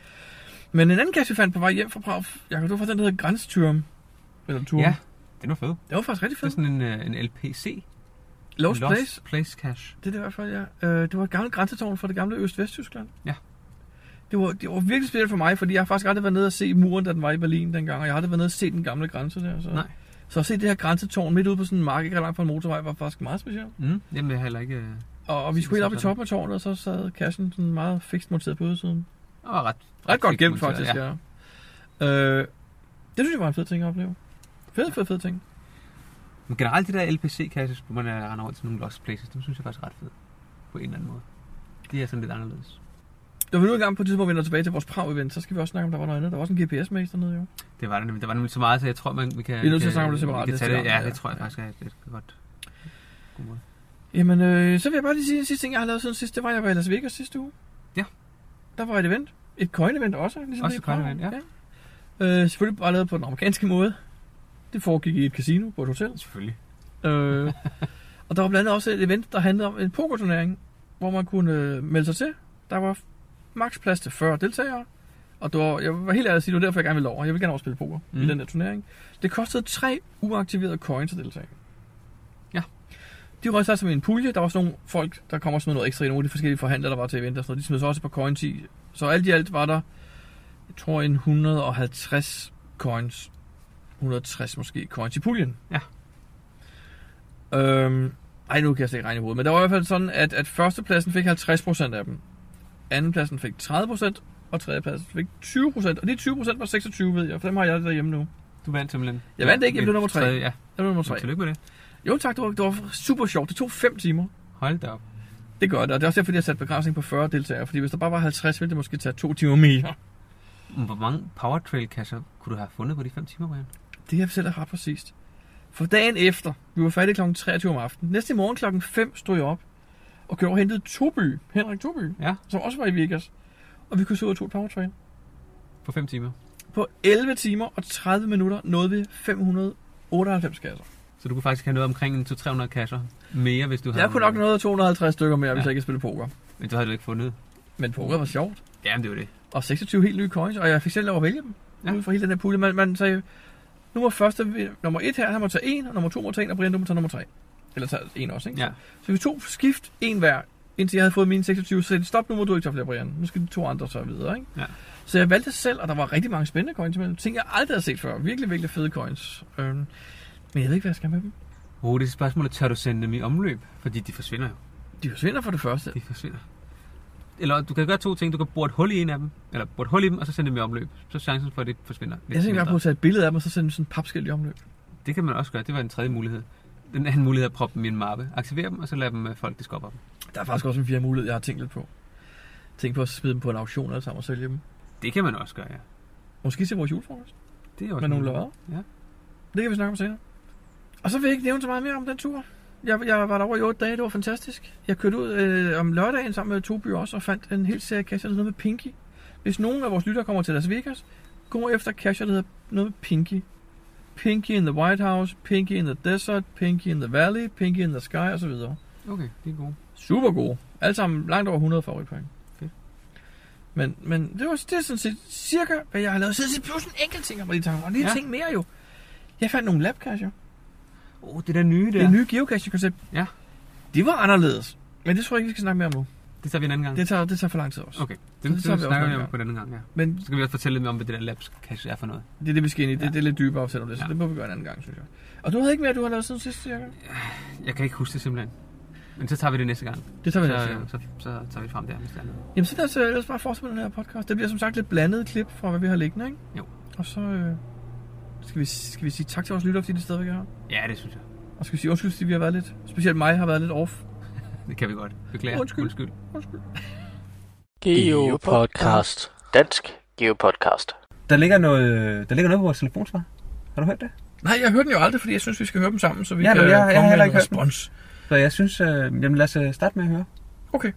Men en anden kasse, vi fandt på vej hjem fra Prag, Jakob, du var den, der hedder Grænseturm. Eller Turm. Ja, den var fed. Det var faktisk rigtig fed. Det er sådan en, en L P C. Lost, Lost Place. Place Cache. Det er det i hvert fald, ja. Øh, det var et gammelt grænsetårn fra det gamle Øst-Vest-Tyskland. Ja. Det var, det var virkelig spændende for mig, fordi jeg har faktisk aldrig været nede og se muren, da den var i Berlin dengang, og jeg har aldrig været nede og se den gamle grænse der. Så, Nej. så at se det her grænsetårn midt ude på sådan en mark, ikke langt fra en motorvej, var faktisk meget specielt. Mm, jamen, jeg heller ikke... Og, og vi skulle helt op i toppen af tårnet, og så sad kassen sådan meget fikst monteret på udsiden. Det var ret, ret, ret godt gemt faktisk, ja. ja. Øh, det synes jeg var en fed ting at opleve. Fed, fed, fed ting. Men generelt de der L P C-kasses, hvor man render rundt til nogle lost places, dem synes jeg faktisk er ret fed. På en eller anden måde. De er sådan lidt anderledes. Da vi nu engang på et tidspunkt vender tilbage til vores Prag-event, så skal vi også snakke om, der var noget andet. Der var også en G P S-mase dernede, jo. Det var der nemlig. Der var nemlig så meget, så jeg tror, man, vi kan... Vi er nødt til at snakke om det separat. Det, det, ja, det tror jeg faktisk er et godt... God måde. Jamen, øh, så vil jeg bare lige sige, at sidste ting, jeg har lavet siden sidst, det var, jeg var i Las Vegas sidste uge. Ja. Der var et event. Et coin-event også, ligesom også det et coin-event, ja. ja. Øh, selvfølgelig bare lavet på den amerikanske måde. Det foregik i et casino på et hotel. Selvfølgelig. Øh, og der var blandt andet også et event, der handlede om en pokerturnering, hvor man kunne øh, melde sig til. Der var maks plads til fyrre deltagere. Og det var, jeg var helt ærlig at sige, det var derfor, jeg gerne ville over. Jeg vil gerne over spille poker mm. i den der turnering. Det kostede tre uaktiverede coins at deltage. Ja. De røg sig som en pulje. Der var sådan nogle folk, der kommer med noget ekstra i nogle af de forskellige forhandlere, der var til event og sådan noget. De smed så også på coin ti. Så alt i alt var der, jeg tror, en et hundrede og halvtreds coins. et hundrede og tres måske coins i puljen. Ja. Øhm, ej, nu kan jeg slet ikke regne i hovedet. Men der var i hvert fald sådan, at, at førstepladsen fik halvtreds procent af dem. Andenpladsen fik tredive procent, og tredjepladsen fik tyve procent. Og de tyve procent var seksogtyve, ved jeg, for dem har jeg derhjemme nu. Du vandt simpelthen. Jeg vandt ikke, jeg blev nummer tre. Tredje, ja. Jeg blev nummer tre. Tillykke med det. Jo tak, det var, det var super sjovt. Det tog fem timer. Hold da op. Det gør det, og det er også derfor, jeg har sat begrænsning på fyrre deltagere. Fordi hvis der bare var halvtreds, ville det måske tage to timer mere. Hvor mange powertrail-kasser kunne du have fundet på de fem timer, Brian? Det jeg selv er ret præcist. For dagen efter, vi var færdige klokken treogtyve om aftenen. Næste morgen klokken fem stod jeg op og kørte og hentede Toby, Henrik Toby, ja. Som også var i Vegas. Og vi kunne se ud af to powertrail. På fem timer? På elleve timer og tredive minutter nåede vi fem hundrede otteoghalvfems kasser. Så du kunne faktisk have noget omkring to til tre hundrede kasser mere, hvis du havde... Jeg kunne nok nå noget to hundrede og halvtreds stykker mere, ja. Hvis jeg ikke spille poker. Men du havde du ikke fundet. Men poker var sjovt. Jamen, det var det. Og seksogtyve helt nye coins, og jeg fik selv lov at vælge dem. Ja. Ude fra hele den her pulje. Man, man sagde, nu var første, nummer et her, han må tage en, og nummer to må tage en, og Brian, du må tage nummer tre. Eller tage en også, ikke? Ja. Så vi tog skift en hver, indtil jeg havde fået mine seksogtyve, så sagde stop, nu må du ikke tage flere, Brian. Nu skal de to andre så videre, ikke? Ja. Så jeg valgte selv, og der var rigtig mange spændende coins imellem. Ting, jeg aldrig havde set før. Virkelig, virkelig fede coins. Øhm, men jeg ved ikke, hvad jeg skal med dem. Oh, det er spørgsmålet, tør du sende dem i omløb? Fordi de forsvinder jo. De forsvinder for det første. De forsvinder. Eller du kan gøre to ting. Du kan bore et hul i en af dem, eller bore et hul i dem, og så sende dem i omløb. Så er chancen for, at det forsvinder. Jeg tænker bare på at tage et billede af dem, og så sende sådan en papskilt i omløb. Det kan man også gøre. Det var en tredje mulighed. Den anden mulighed er at proppe dem i en mappe. Aktivere dem, og så lade dem folk diske op dem. Der er faktisk også en fjerde mulighed, jeg har tænkt lidt på. Tænk på at smide dem på en auktion eller sammen og sælge dem. Det kan man også gøre, ja. Måske til vores julefrokost. Det er også med nogle lodder. Ja. Det kan vi snakke om senere. Og så vil jeg ikke nævne så meget mere om den tur. Jeg, jeg var derovre i otte dage, det var fantastisk. Jeg kørte ud øh, om lørdagen sammen med Toby også, og fandt en hel serie cacher, der hedder med Pinky. Hvis nogen af vores lyttere kommer til Las Vegas, gå efter cacher, der hedder noget med Pinky. Pinky in the White House, Pinky in the Desert, Pinky in the Valley, Pinky in the Sky osv. Okay, det er gode. Super gode. Alle sammen langt over hundrede favoritpoint. Fedt. Men, men det var det er sådan set cirka, hvad jeg har lavet. Så det er pludselig en enkelt ting, og lige tanker, og lige ja. ting mere jo. Jeg fandt nogle labcacher. Åh, oh, det der nye der. Det nye geocaching-koncept. Ja. Det var anderledes. Men det tror jeg ikke, vi skal snakke mere om nu. Det tager vi en anden gang. Det tager, det tager for lang tid også. Okay, det, det, det, det det snakker vi om på den anden gang, ja. Men så kan vi også fortælle lidt mere om, hvad det der labcache er for noget. Det er det, vi skal ind i. Det, ja. det er lidt dybere opsæt om det, så ja. det må vi gøre en anden gang, synes jeg. Og du havde ikke mere, du har lavet siden sidste cirka? Jeg kan ikke huske det simpelthen. Men så tager vi det næste gang. Det tager vi så, næste gang. Så, så, så tager vi frem der, hvis det er noget. Jamen så lad os, lad os bare fortsætte med den her podcast. Det bliver som sagt lidt blandet klip fra, hvad vi har liggende, ikke? Jo. Og så øh, skal, vi, skal vi sige tak til vores lyttere, fordi det stadigvæk er her. Ja, det synes jeg. Og skal vi sige undskyld, fordi vi har været lidt, specielt mig har været lidt off. Det kan vi godt. Beklager. Undskyld. Undskyld. Undskyld. GeoPodcast. Dansk GeoPodcast. Der ligger noget, der ligger noget på vores telefonsvar. Har du hørt det? Nej, jeg hørte den jo aldrig, fordi jeg synes, vi skal høre dem sammen, så vi ja, kan jeg, jeg, komme jeg med en respons. Så jeg synes, øh, jamen lad os starte med at høre. Okay.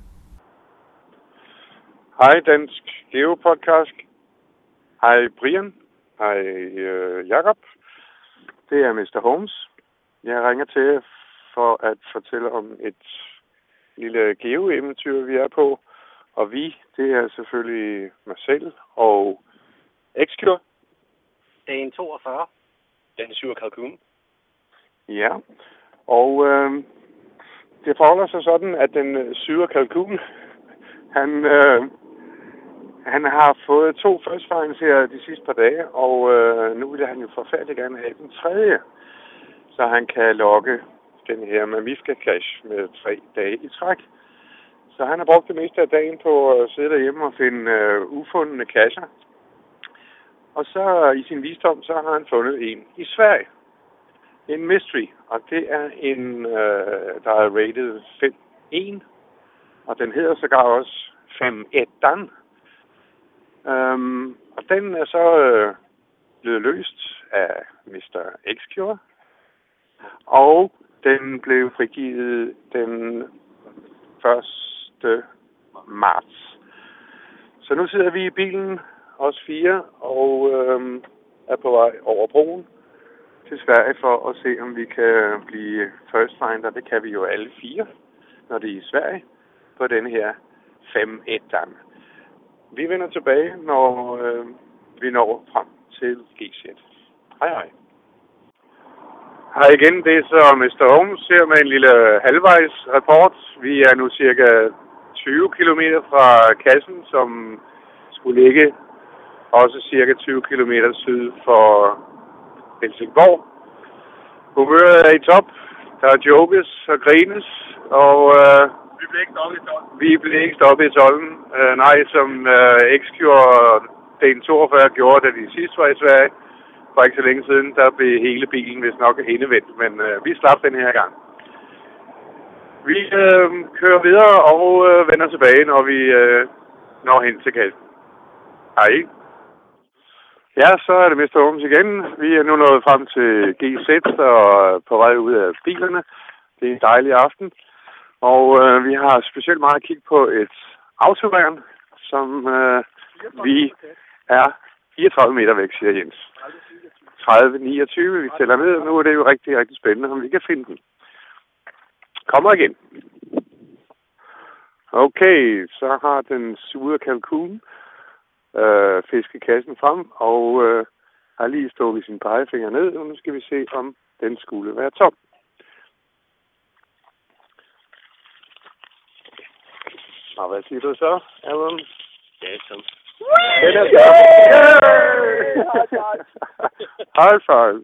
Hej Dansk GeoPodcast. Hej Brian. Hej øh, Jakob. Det er mister Holmes. Jeg ringer til jer for at fortælle om et lille geo-eventyr, vi er på. Og vi, det er selvfølgelig mig selv og Excure. Dagen toogfyrre. Den syv kalkun. Ja, og øh, det forholder sig sådan, at den syre kalkun, han, øh, han har fået to first finds her de sidste par dage, og øh, nu vil han jo forfærdeligt gerne have den tredje, så han kan logge den her Mamifka cache med tre dage i træk. Så han har brugt det meste af dagen på at sidde derhjemme og finde øh, ufundne cacher. Og så i sin visdom, så har han fundet en i Sverige. En mystery, og det er en, øh, der er rated fem en, og den hedder sågar også fem et. Um, og den er så øh, blevet løst af mister Excure, og den blev frigivet den første marts. Så nu sidder vi i bilen, os fire, og øh, er på vej over broen til Sverige for at se, om vi kan blive first finder. Det kan vi jo alle fire, når det er i Sverige, på denne her fem et. Vi vender tilbage, når øh, vi når frem til G Z. Hej hej. Hej igen, det er så mister Holmes her med en lille halvvejs rapport. Vi er nu cirka tyve kilometer fra kassen, som skulle ligge også cirka tyve kilometer syd for Helsingborg. Humøret er i top. Der er jokes og grines, og øh, Vi blev ikke stoppet i tolden. Vi blev ikke stoppet i tolden. Uh, nej, som uh, Excure den toogfyrre gjorde, da de sidst var i Sverige, for ikke så længe siden, der blev hele bilen vist nok endevendt, men uh, vi slap den her gang. Vi uh, kører videre og uh, vender tilbage, når vi uh, når hen til kassen. Hej. Ja, så er det mister Holmes igen. Vi er nu nået frem til G Z og på vej ud af bilerne. Det er en dejlig aften. Og øh, vi har specielt meget at kigge på et autoværn, som øh, vi er fireogtredive meter væk, siger Jens. tredive niogtyve, vi tæller ned, og nu er det jo rigtig, rigtig spændende, om vi kan finde den. Kommer igen. Okay, så har den sure kalkun øh, fisket kassen frem, og øh, har lige stukket sin pegefinger ned, og nu skal vi se, om den skulle være tom. Og hvad siger du så, Alan? Det er som. Den er så. High five.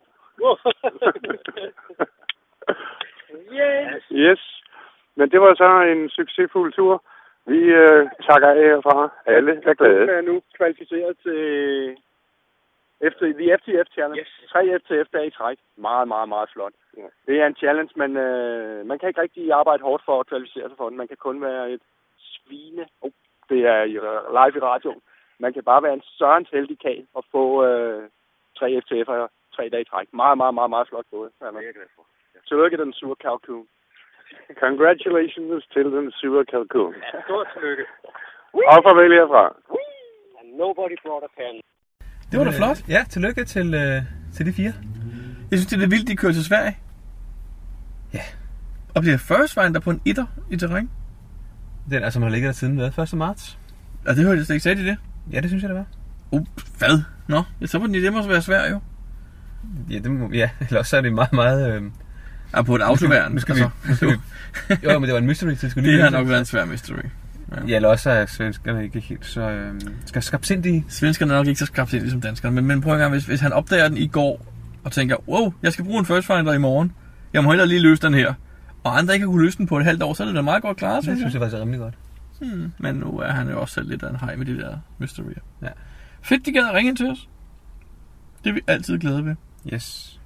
Yes. Yes. Men det var så en succesfuld tur. Vi øh, takker af herfra. Alle er glade. Jeg er nu kvalificeret til efter the F T F challenge. Yes. Tre F T F dage i træk. Meget, meget, meget flot. Ja. Det er en challenge, men øh, man kan ikke rigtig arbejde hårdt for at kvalificere sig for den. Man kan kun være et svine. Oh, det er live i radioen. Man kan bare være en sørens heldig kal og få øh, tre F T F'er tre dage i træk. Meget, meget, meget, meget flot både. Ja, det er jeg glad for. Ja. Tillykke den sure kalkun. Congratulations til den Super Calcoon. Ja, stort tillykke. Og farvel herfra. And nobody brought a pen. Det var da flot. Ja, tillykke til, øh, til de fire. Jeg synes, det er lidt vildt, de kører til Sverige. Ja. Og bliver first finder på en etter i terræn. Den er, som har ligget der siden hvad, første marts. Ja, det hørte jeg slet ikke. Sagde de det? Ja, det synes jeg, det var. Uh, hvad? Nå, jeg tror på, det må være svært jo. Ja, det må, ja, eller også er det meget, meget... Øh... Ja, på et autoværn. Nu skal vi... Nu skal vi jo, men det var en mystery, så det skulle lige... Det har nok været en svær mystery. Ja, ja eller også er svenskerne ikke helt så... Øh, skal skabsindige. Svenskerne er nok ikke så skabsindige som danskerne, men, men prøv en gang, hvis, hvis han opdager den i går, og tænker, wow, jeg skal bruge en first finder i morgen. Jeg må hellere lige løse den her. Og andre ikke har kunne løse den på et halvt år, så er det da meget godt klaret, synes jeg. Det synes jeg faktisk er rimelig godt. Hmm, men nu er han jo også selv lidt af en hej med de der mysterier. Ja. Fedt, de gad at ringe ind til os. Det er vi altid glade ved. Yes.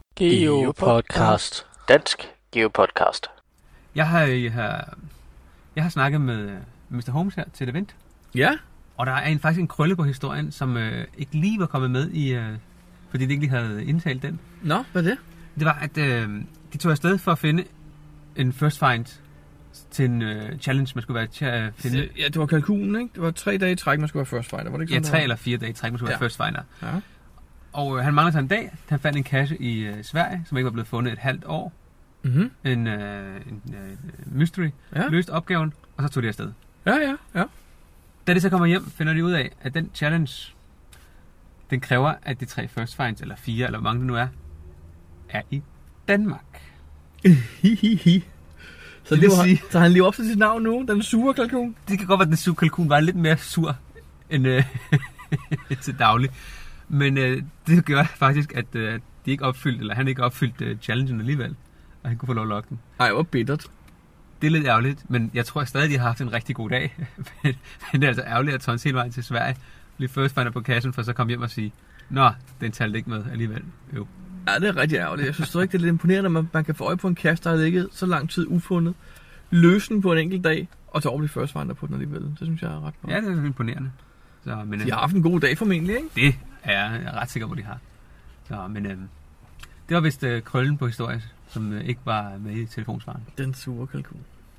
GeoPodcast. Dansk GeoPodcast. Jeg har, jeg har, jeg har snakket med mister Holmes her til et event. Ja. Og der er en, faktisk en krølle på historien, som øh, ikke lige var kommet med i... Øh, fordi de ikke lige havde indtalt den. Nå, hvad er det? Det var, at øh, de tog afsted for at finde en first find til en øh, challenge, man skulle være til at finde. Ja, det var kalkunen, ikke? Det var tre dage i træk, man skulle være first finder. Var det ikke Ja, sådan, tre eller fire dage i træk, man skulle ja. være first finder. Ja. Og øh, han manglede sig en dag. Han fandt en kasse i øh, Sverige, som ikke var blevet fundet et halvt år. Mhm. En, øh, en øh, mystery. Ja. Løste opgaven, og så tog de afsted. Ja, ja, ja. Da de så kommer hjem, finder de ud af, at den challenge, den kræver, at de tre first finds, eller fire, eller hvor mange det nu er, er i Danmark. Hihihi. Så, Det det vil var, sige- så han lever op til sit navn nu, den sure kalkun. Det kan godt være, at den sure kalkun var lidt mere sur end øh, til daglig. Men øh, det gør faktisk, at øh, de ikke opfyldt, eller han ikke opfyldt øh, challengen alligevel. Og han kunne få lov at logge den. Ej, hvor bittert. Det er lidt ærgerligt, men jeg tror stadig, de har haft en rigtig god dag. men, men det er altså ærgerligt at tonse hele vejen til Sverige. Lige først finder på kassen, for så komme hjem og sige, nå, den talte ikke med alligevel. Jo. Ja, det er rigtig ærgerligt. Jeg synes ikke, det er lidt imponerende, at man, man kan få øje på en kasse, der har ligget så lang tid ufundet. Løse den på en enkelt dag, og så overblive first finder på den alligevel. Det synes jeg er ret godt. Ja, det er imponerende. Så, men, De har haft en god dag formentlig, ikke? Det er jeg ret sikker på, de har. Så, men øh, det var vist øh, krøllen på historie, som øh, ikke var med i telefonsvaren. Den sure kalkun.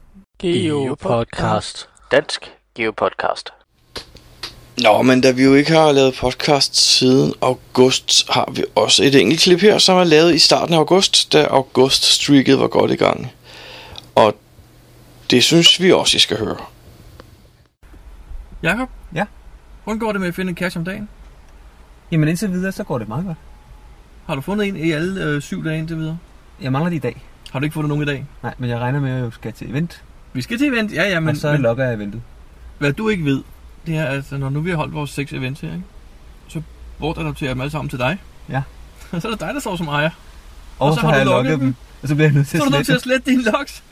GeoPodcast. Dansk GeoPodcast. Nå, men da vi jo ikke har lavet podcast siden august, har vi også et enkelt klip her, som er lavet i starten af august, da august-streaket var godt i gang. Og det synes vi også, I skal høre. Jakob? Ja? Hvordan går det med at finde en cash om dagen? Jamen indtil videre, så går det meget godt. Har du fundet en i alle øh, syv dage indtil videre? Jeg mangler det i dag. Har du ikke fundet nogen i dag? Nej, men jeg regner med, at jeg skal til event. Vi skal til event, ja, ja, men, og så men logger jeg eventet. hvad du ikke ved, det er, at når nu vi har holdt vores seks events her, ikke? Så bortadopterer jeg dem alle sammen til dig. Ja. Og så er det dig, der står som ejer. Og, og så, så har, har jeg logget dem. dem. Og så bliver jeg nødt til så at slette Så er du nødt til at slette dine logs.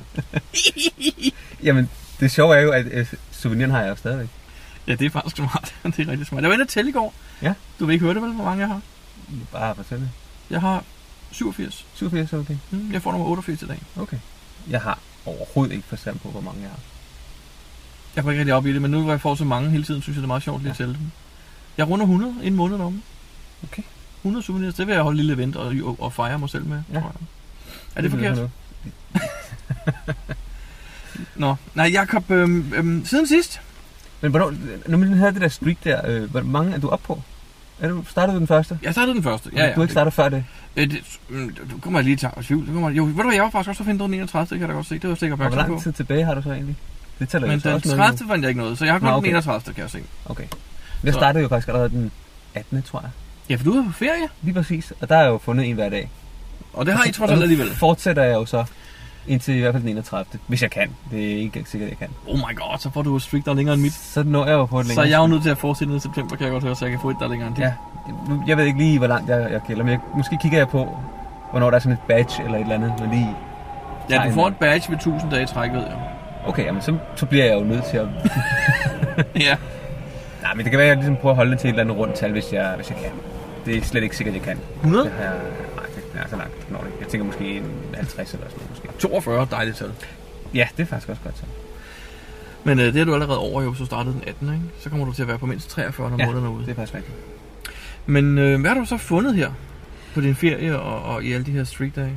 Jamen, det sjove er jo, at øh, souveniren har jeg jo stadigvæk. Ja, det er faktisk smart. Det er rigtig smart. Jeg var inde og tælle i går. Ja. Du vil ikke høre det vel, hvor mange jeg har? Bare fortæl det. Jeg har syvogfirs. syvogfirs, okay. Mm, jeg får nummer otteogfirs i dag. Okay. Jeg har overhovedet ikke forstand på, hvor mange jeg har. Jeg får ikke rigtig op i det, men nu hvor jeg får så mange hele tiden, synes jeg, det er meget sjovt lige at tælle dem. Jeg runder hundrede inden måneden om. Okay. hundrede souvenirs, det vil jeg holde lille event og, og, og fejre mig selv med, ja. tror jeg. Er det, det forkert? Nå, nej Jakob, øhm, øhm, siden sidst. Men hvornår, når man havde det der streak der, øh, hvor mange er du op på? Er du startede du den første? Jeg startede den første, ja, ja. Du ikke startede før det? Øh, det du kommer lige til at tvivl. Jo, ved du hvad, jeg var faktisk også finde den enogtredivte, det kan jeg da godt se. Det var jeg sikkert på. Og hvor lang på. tid tilbage har du så egentlig? Det tæller men jo den tredivte fandt jeg ikke noget, så jeg har kun okay. den enogtredivte, kan jeg se. Okay. Jeg startede jo faktisk allerede den attende, tror jeg. Ja, for du er på ferie. Lige præcis, og der er jeg jo fundet en hver dag. Og det har I trods alt alligevel. Fortsætter jeg jo så indtil i hvert fald den enogtredivte, hvis jeg kan. Det er ikke sikkert, jeg kan. Oh my god, så får du streak, der er længere end mit. Så når jeg jo på et længere. Så jeg er jo nødt til at fortsætte ned i september, kan jeg godt høre, så jeg kan få et, der er længere end dit. Ja, jeg ved ikke lige, hvor langt jeg, jeg gælder, men jeg, måske kigger jeg på, hvornår der er sådan et badge eller et eller andet, men lige... Ja, du får et badge ved tusind dage i træk, ved jeg. Okay, jamen så, så bliver jeg jo nødt til at... ja. Nej, men det kan være, at jeg ligesom prøver at holde det til et eller andet rundt tal, hvis jeg, hvis jeg kan. Det er slet ikke sikkert, at jeg kan. hundrede? Det her, nej, det er så langt. Nå, jeg tænker måske en halvtreds eller sådan noget. Måske. toogfyrre, dejligt tal. Ja, det er faktisk også godt tal. Men øh, det er du allerede over, jo, så startede den attende, ikke? Så kommer du til at være på mindst treogfyrre, når ja, måneden er ude. det er faktisk rigtigt. Men øh, hvad har du så fundet her på din ferie og, og i alle de her streakdage?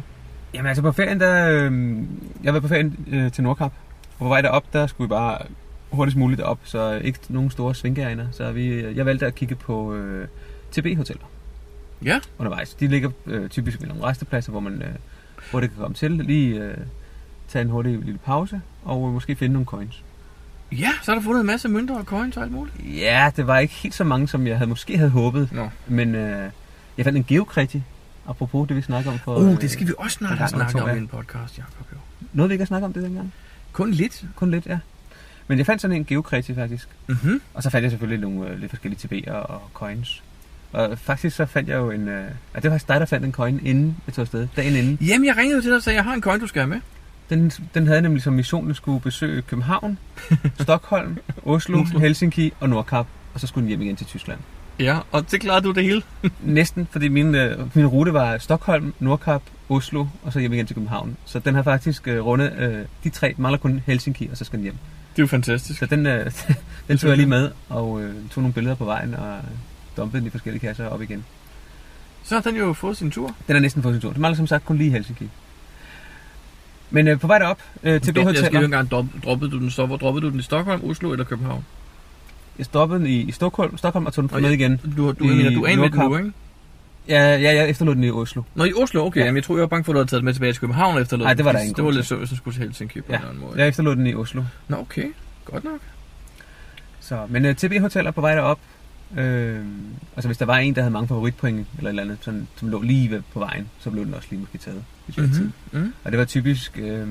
Jamen altså på ferien, der... Øh, jeg var på ferien øh, til Nordkap. På vej derop, der skulle vi bare hurtigst muligt op, så ikke nogen store svingerinder. Så vi, jeg valgte at kigge på øh, T B-hoteller. Ja. Undervejs. De ligger øh, typisk ved nogle restepladser, hvor man øh, hurtigt kan komme til. Lige øh, tage en hurtig lille pause, og øh, måske finde nogle coins. Ja, så har du fundet en masse mønter og coins og alt muligt. Ja, det var ikke helt så mange, som jeg havde måske havde håbet. Nå. Men øh, jeg fandt en geokriti, apropos det, vi snakker om. For, Åh, oh, det skal vi også snart have snakket om ja. i en podcast, Jacob. Jo. Noget vi ikke har snakket om det dengang? Kun lidt. Kun lidt, ja. Men jeg fandt sådan en geokriti faktisk. Mhm. Og så fandt jeg selvfølgelig nogle øh, lidt forskellige T B'er og coins. Og faktisk så fandt jeg jo en... Øh, det var faktisk dig, der fandt en coin inden jeg tog afsted. Dagen inden. Jamen, jeg ringede til dig og sagde, jeg har en coin, du skal have med. Den, den havde nemlig som mission, at skulle besøge København, Stockholm, Oslo, Helsinki og Nordkap. Og så skulle den hjem igen til Tyskland. Ja, og det klarede du det hele. Næsten, fordi min, øh, min rute var Stockholm, Nordkap, Oslo og så hjem igen til København. Så den har faktisk øh, rundet øh, de tre, mangler kun Helsinki, og så skal den hjem. Det er jo fantastisk. Så den, øh, den tog jeg lige med, og øh, tog nogle billeder på vejen, og dumpede den i forskellige kasser op igen. Så har den jo fået sin tur. Den har næsten fået sin tur. Det mangler som sagt kun lige Helsinki. Men øh, på vej derop øh, til B-hoteller. Jeg skal jo B-hoteller. engang, droppede du den så? Hvor droppede du den i Stockholm, Oslo eller København? Jeg stoppede den i, i Stockholm, Stockholm og tog den med ja, igen. Du, du, mener, du er med den nu, ikke? Ja, ja, jeg efterlod den i Oslo. Nå, i Oslo, okay. Ja. Jamen, jeg tror, jeg var bange for, at du havde taget den med tilbage til København og efterlod. Nej, det var der den. ingen Det var grund lidt til. så, hvis den skulle til Helsinki på Ja, en eller anden måde. jeg efterlod den i Oslo. Nå, okay. Godt nok. Så, men uh, T B-hoteller på vej derop. Øh, altså hvis der var en, der havde mange favoritpoint eller et eller andet, sådan, som lå lige ved, på vejen, så blev den også lige måske taget. Hvis vi havde tid. Mm-hmm. Og det var typisk øh,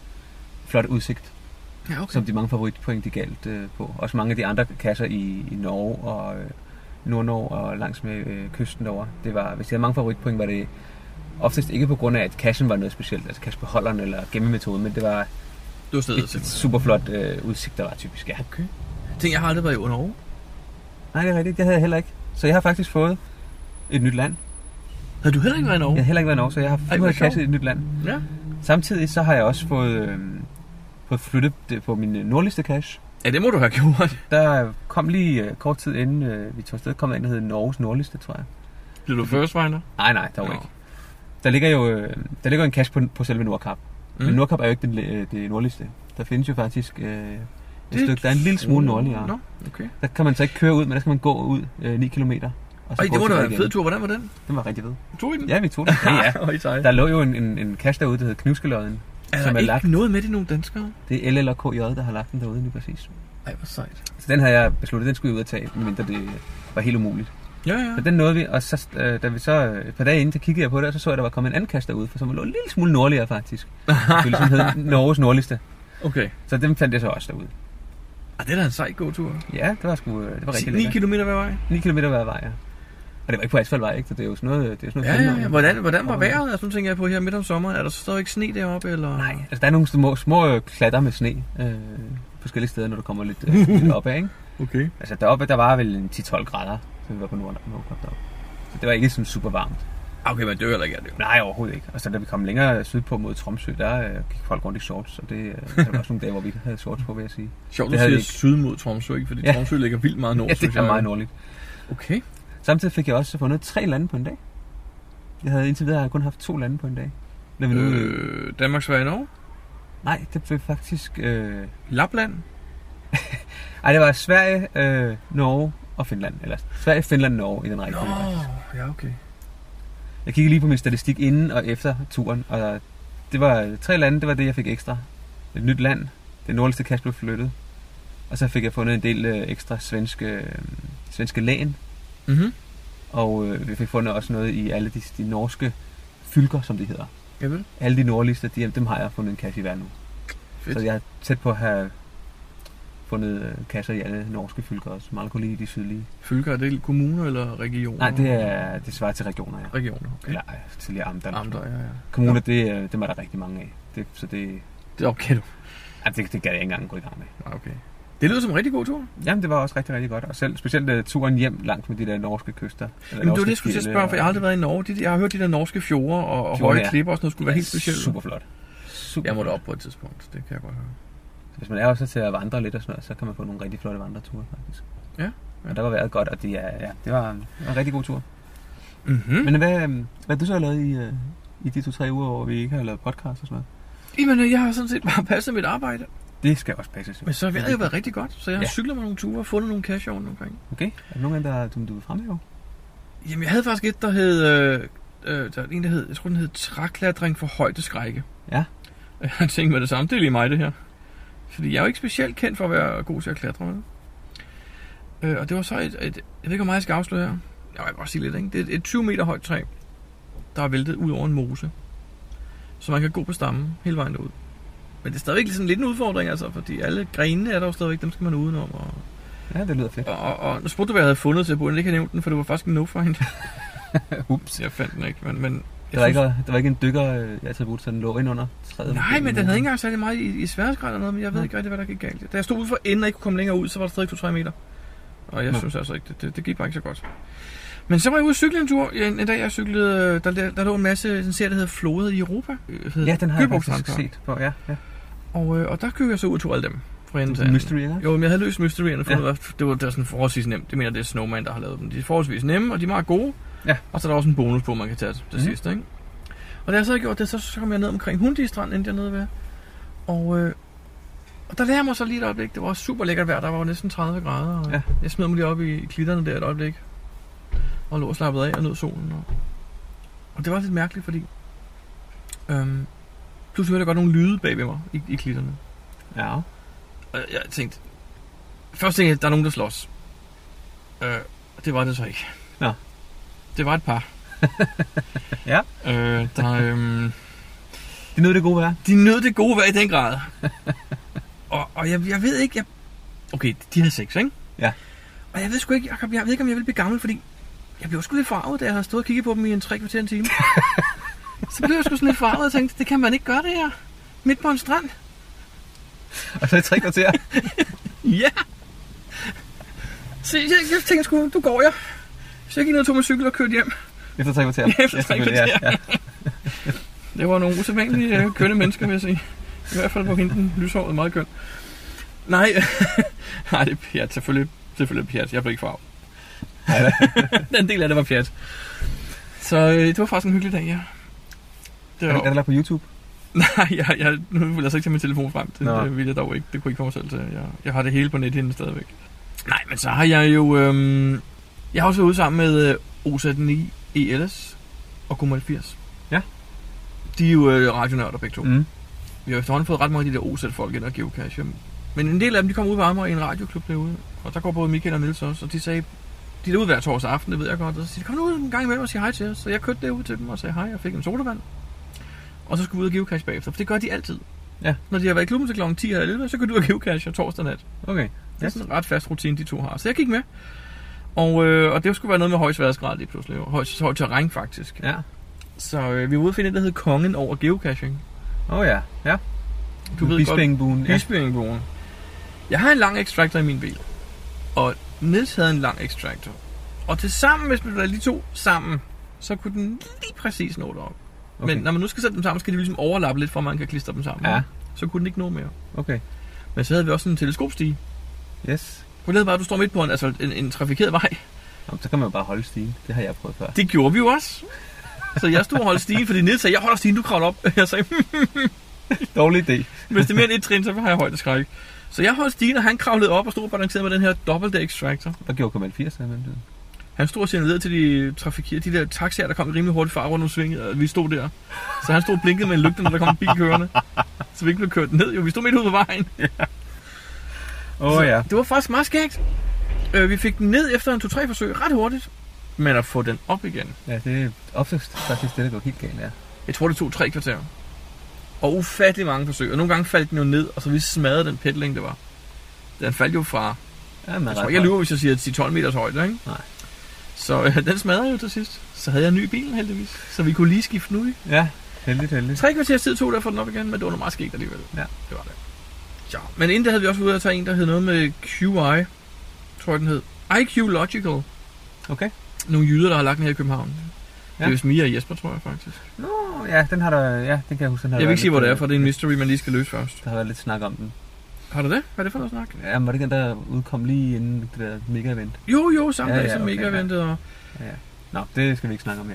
flot udsigt, Ja, okay. som de mange favoritpoint de galt øh, på. Også mange af de andre kasser i, i Norge og øh, Nord-Norge og langs med øh, kysten derovre. Det var, hvis de havde mange favoritpoint, var det oftest ikke på grund af, at cashen var noget specielt, altså cashbeholderen eller gemmemetoden, men det var Du var stedet, et super flot øh, udsigt, der var typisk, ja. Okay. Tænk, jeg har aldrig været i Norge. Nej, det er rigtigt, det havde jeg heller ikke. Så jeg har faktisk fået et nyt land. Har du heller ikke været i Norge? Jeg har heller ikke været i Norge, så jeg har Ej, hvor fået kasse sjovt. i et nyt land. Ja. Samtidig så har jeg også fået, øh, fået flyttet det på min nordligste cache. Ja, det må du have gjort. Der kom lige øh, kort tid inden øh, vi tog afsted, kom der en, der hed Norges nordligste, tror jeg. Blev du first finder? Nej, nej, der var Nå. ikke. Der ligger jo øh, der ligger en cache på, på selve Nordkap. Mm. Men Mm. Nordkap er jo ikke den, øh, det nordligste. Der findes jo faktisk øh, et Det- stykke, der er en lille smule nordligere. Nå, okay. Der kan man så ikke køre ud, men der skal man gå ud øh, ni kilometer. Og Ej, gå det må da tilbage være en igen. fed tur. Hvordan var den? Den var rigtig fed. Tog I den? Ja, vi tog den. Ja, ja. Øj, sej. Der lå jo en, en, en cache derude, der hedder Knivskelodden. Er som der er ikke lagt. noget med det nogle danskere? Det er L eller K J, der har lagt den derude lige præcis. Ej, hvor sejt. Så den har jeg besluttet, den skulle jeg ud at tage, medmindre det var helt umuligt. Ja, ja. Så den nåede vi, og så, øh, da vi så øh, et par dage inden, så kiggede jeg på det, og så så jeg, at der var kommet en anden cache derude, for som lå en lille smule nordligere faktisk. Det ligesom hed Norges nordligste. Okay. Så dem fandt jeg så også derude. Ah, det er da en sej god tur. Ja, det var sgu, øh, det var rigtig ni lækkert. kilometer hver vej. ni kilometer hver vej, ja. Og det var ikke på asfaltvej, ikke? Så det er jo sådan noget, det er sådan Ja, noget ja, fandme- ja. Hvordan, hvordan var vejret? Altså, nu tænker jeg på her midt om sommeren. Er der så stadig sne deroppe, eller? Nej, altså der er nogle små, små øh, klatter med sne øh, forskellige steder, når du kommer lidt, øh, lidt opad, ikke? Okay. Altså deroppe, der var vel en ti til tolv grader, så vi var på Nord- Nordkap deroppe. Så det var ikke sådan super varmt. Okay, men det er heller ikke, er det jo. Nej, overhovedet ikke. Og så da vi kom længere sydpå mod Tromsø, der øh, gik folk rundt i shorts, og det øh, der var også nogle dage, hvor vi ikke havde shorts på, vil jeg sige. Sjovt, Det du havde siger vi ikke. syd mod Tromsø, ikke? Fordi Ja. Tromsø ligger vildt meget nord, Ja, synes det er jeg. meget nordligt. Okay. Samtidig fik jeg også fundet tre lande på en dag. Jeg havde indtil videre kun haft to lande på en dag. Da vi nu, øh... Øh, Danmark, Sverige, Norge? Nej, det blev faktisk... Øh... Lapland? Ej, det var Sverige, øh, Norge og Finland. Eller Sverige, Finland, Norge i den række. ja, okay. Jeg kiggede lige på min statistik inden og efter turen, og det var tre lande, det var det, jeg fik ekstra. Et nyt land, det nordligste cache blev flyttet. Og så fik jeg fundet en del øh, ekstra svenske, øh, svenske län. Mhm. Og øh, vi fik fundet også noget i alle de, de norske fylker, som de hedder. Javel. Alle de nordligste, de, dem har jeg fundet en cache i hver nu. Fedt. Så jeg er tæt på at have fundet øh, kasser i alle norske fylker også. Meget kunne lide de sydlige. Fylker, er det kommuner eller regioner? Nej, det er det svarer til regioner, ja. regioner. Okay. Eller ej, tidligere amter. Amter, ja, ja. Kommuner, det, øh, dem er der rigtig mange af. Det, så det, Det opgav du. ja, det, det gad jeg ikke engang gå i gang med. Ah, okay. Det lyder som en rigtig god tur. Jamen, det var også rigtig, rigtig godt. Og selv, specielt uh, turen hjem langs med de der norske kyster. Eller Jamen, det var norske det, jeg skulle til at fjelde spørge, for jeg har og- aldrig været i Norge. De, jeg har hørt de der norske fjorde og, og Fjorde, høje ja. klipper og sådan noget, skulle være helt specielt. Super flot. Super Jeg må da flot. op på et tidspunkt, det kan jeg godt høre. Så hvis man er også til at vandre lidt og sådan noget, så kan man få nogle rigtig flotte vandreture, faktisk. Ja, ja. Og der var vejret godt, og det, er, ja, det var en, en rigtig god tur. Mm-hmm. Men hvad, hvad du så har lavet i, uh, i de to-tre uger, hvor vi ikke har lavet podcast og sådan noget? Jamen, øh, jeg har sådan set bare passet mit arbejde. Det skal også passes. Men så har det jo været rigtig godt, så jeg har Ja. cyklet mig nogle ture og fundet nogle cash rundt omkring. Okay. Er der nogen af dem, der, som du vil fremhæve? Jamen, jeg havde faktisk et, der hed... Øh, øh, der er en, der hed... Jeg tror, den hed træklatring for højdeskrække. Ja. Jeg tænkte med det samme, det er lige mig, det her. Fordi jeg er jo ikke specielt kendt for at være god til at klatre med. Øh, og det var så et, et... Jeg ved ikke, hvor meget jeg skal afsløre her. Jeg vil godt sige lidt, ikke? Det er et, et tyve meter højt træ, der er væltet ud over en mose. Så man kan gå på stammen hele vejen derud. Men det er stadigvæk sådan lidt en udfordring, altså, fordi alle grenene er der jo stadigvæk, dem skal man udenom. Og, Ja, det lyder fedt. og, og, og nu spurgte du, hvad jeg havde fundet til at bo, jeg ikke har nævnt den, for det var faktisk en no-find. Ups. Jeg fandt den ikke, men... men Der var, ikke, der var ikke en dykker-attribut, så den lå ind under træet. Nej, men den havde ikke engang særlig meget i, i sværhedsgrad eller noget, men jeg ved ikke rigtig, hvad der gik galt. Da jeg stod ude for enden og ikke kunne komme længere ud, så var der stadig to-tre meter. Og jeg Nå. synes altså ikke, det, det, det gik bare ikke så godt. Men så var jeg ude og cykle en tur. En, en dag jeg cyklede, der, der, der lå en masse, den serie, der hedder Floder i Europa. Ja, den har jeg faktisk set på, ja. ja. Og, øh, og der købte jeg så ud og tog alle dem. Mystery, ikke? Jo, men jeg havde løst mysteryerne, for Ja. det, var, det var, det var sådan forholdsvis nemt. Det mener, det er Snowman, der har lavet dem. De er forholdsvis nemme, og de er meget gode. Ja. Og så er der også en bonus på, man kan tage til Mhm. sidst, ikke? Og da jeg så havde gjort det, så, så kom jeg ned omkring Hundi Strand, endte jeg nede ved. Og, øh, og der lærte jeg mig så lige et øjeblik. Det var super lækkert vejr, der var jo næsten tredive grader. Og Ja. jeg smed mig lige op i, i klitterne der et øjeblik. Og lå og slappede af og nød solen. Og, og det var lidt mærkeligt, fordi... Øhm, pludselig hørte jeg godt nogle lyde bag ved mig i, i klitterne. Ja. Og jeg tænkte... Først tænkte jeg, der er nogen, der slås. Øh, det var det så ikke. Nå. Det var et par. Ja. Øh, der, øhm, Det nød det gode vejr. de nød det gode vejr i den grad. og og jeg, jeg ved ikke... Jeg... Okay, de havde sex, ikke? Ja. Og jeg ved sgu ikke... Jeg, jeg ved ikke, om jeg vil blive gammel, fordi... Jeg blev sgu lidt farvet, da jeg havde stået og kigget på dem i en tre kvarter en time. Så blev jeg sgu sådan lidt farvet og tænkte, det kan man ikke gøre det her. Midt på en strand. Og så i tre kvarter. Ja! Så jeg, jeg tænkte sgu, du går jeg. Så jeg gik ned og tog min cykel og kørte hjem. Efter tre kvarter. Efter tre selvfølgelig, kvarter. Ja, ja. Det var nogle usædvanlige øh, kønne mennesker, vil jeg sige. I hvert fald på hende, den lyshåret meget køn. Nej, nej, det er pjat. Selvfølgelig, selvfølgelig pjat. Jeg blev ikke farvet. Den del af det var pjat. Så øh, det var faktisk en hyggelig dag, ja. Det Er, var... er det lagt på YouTube? Nej, jeg, jeg, nu vil jeg så ikke tage min telefon frem. Det, Nå. det ville jeg dog ikke. Det kunne jeg ikke få mig selv til. Jeg, jeg har det hele på nethinden stadigvæk. Nej, men så har jeg jo... Øhm, jeg har også været ude sammen med øh, O Z ni E L S og Gomel firs. Ja. De er jo øh, radionørder begge to. Mm. Vi har efterhånden fået ret mange af de der O Z-folk ind og geocache. Men en del af dem, de kom ud på Amager i en radioklub derude. Og der går både Michael og Niels også. Og de sagde, de er derude hver torsdag aften, det ved jeg godt. Og så siger de, kom nu ud en gang imellem og sige hej til os. Så jeg kørte derud til dem og sagde hej og fik en sodavand. Og så skulle vi ud og geocache bagefter, for det gør de altid. Ja. Når de har været i klubben til klokken ti eller elleve, så kan du ud og geocache torsdag nat. Okay. Det er sådan en ret fast rutine, de to har. Så jeg gik med. Og, øh, og det skulle være noget med høj sværhedsgrad lige pludselig. Høj, høj terræn faktisk. Ja. Så øh, vi var ude at finde det, der hedder Kongen over geocaching. Åh oh, ja. Ja. Du ved Bispingbuen. godt. Bispingbuen. Jeg har en lang extractor i min bil. Og Niels havde en lang extractor. Og til sammen, hvis man lader de to sammen, så kunne den lige præcis nå derop. Okay. Men når man nu skal sætte dem sammen, skal de ligesom overlappe lidt, for at man kan klistre dem sammen. Ja. Så kunne den ikke nå mere. Okay. Men så havde vi også en teleskopstige. Yes. Problemet var, at du står midt på en, altså en, en trafikeret vej. Jamen, så kan man jo bare holde stigen. Det har jeg prøvet før. Det gjorde vi jo også. Så jeg stod og holdt stigen, fordi Niels sagde, jeg holder stigen, du kravler op. Jeg sagde, Dårlig idé. hvis det er mere end et trin, så har jeg højdeskræk. Så jeg holdt stigen, og han kravlede op og stod og balancerede med den her dobbelt extractor. Hvad gjorde Gomel firs af den? Han stod og signalerede til de trafikerede, de der taxier, der kom i rimelig hurtigt fart rundt om svinget, og vi stod der. Så han stod og blinkede med en lygte, når der kom en bil kørende. Så vi ikke blev kørt ned. Jo, vi stod midt ude på vejen. Åh oh, ja. Det var faktisk meget skægt. Øh, vi fik den ned efter en to-tre forsøg ret hurtigt. Men at få den op igen. Ja, det er oftest faktisk det, der går helt galt, ja. Jeg tror, det tog tre kvarter. Og ufattelig mange forsøg. Og nogle gange faldt den jo ned, og så vi smadrede den pedling, det var. Den faldt jo fra... Ja, man Jeg tror ikke, jeg lyver, hvis jeg siger ti til tolv meters højde, ikke? Nej. Så øh, den smadrede jo til sidst. Så havde jeg en ny bil heldigvis. Så vi kunne lige skifte den ud. Ja, heldigt, heldigt. Tre kvarters tid tog det at få den op igen, men det var noget meget skægt alligevel. Ja. Det var det. Ja. Men inden der havde vi også ude at tage en, der hed noget med Q I. Tror jeg, den hed. I Q Logical. Okay. Nogle jyder, der har lagt den her i København. Ja. Ja. Det er vist Mia og Jesper, tror jeg faktisk. Nå, ja, den har der... Ja, den kan jeg huske. Den har Jeg vil været ikke sige, lidt- hvor det er, for det er en mystery, man lige skal løse først. Der har været lidt snak om den. Har du det? Hvad er det for noget snak? Ja, men var det ikke den, der udkom lige inden det der mega-event? Jo, jo, samme Ja, dag ja, som okay, mega-eventet. Og... Ja, ja. Nå, det skal vi ikke snakke om her.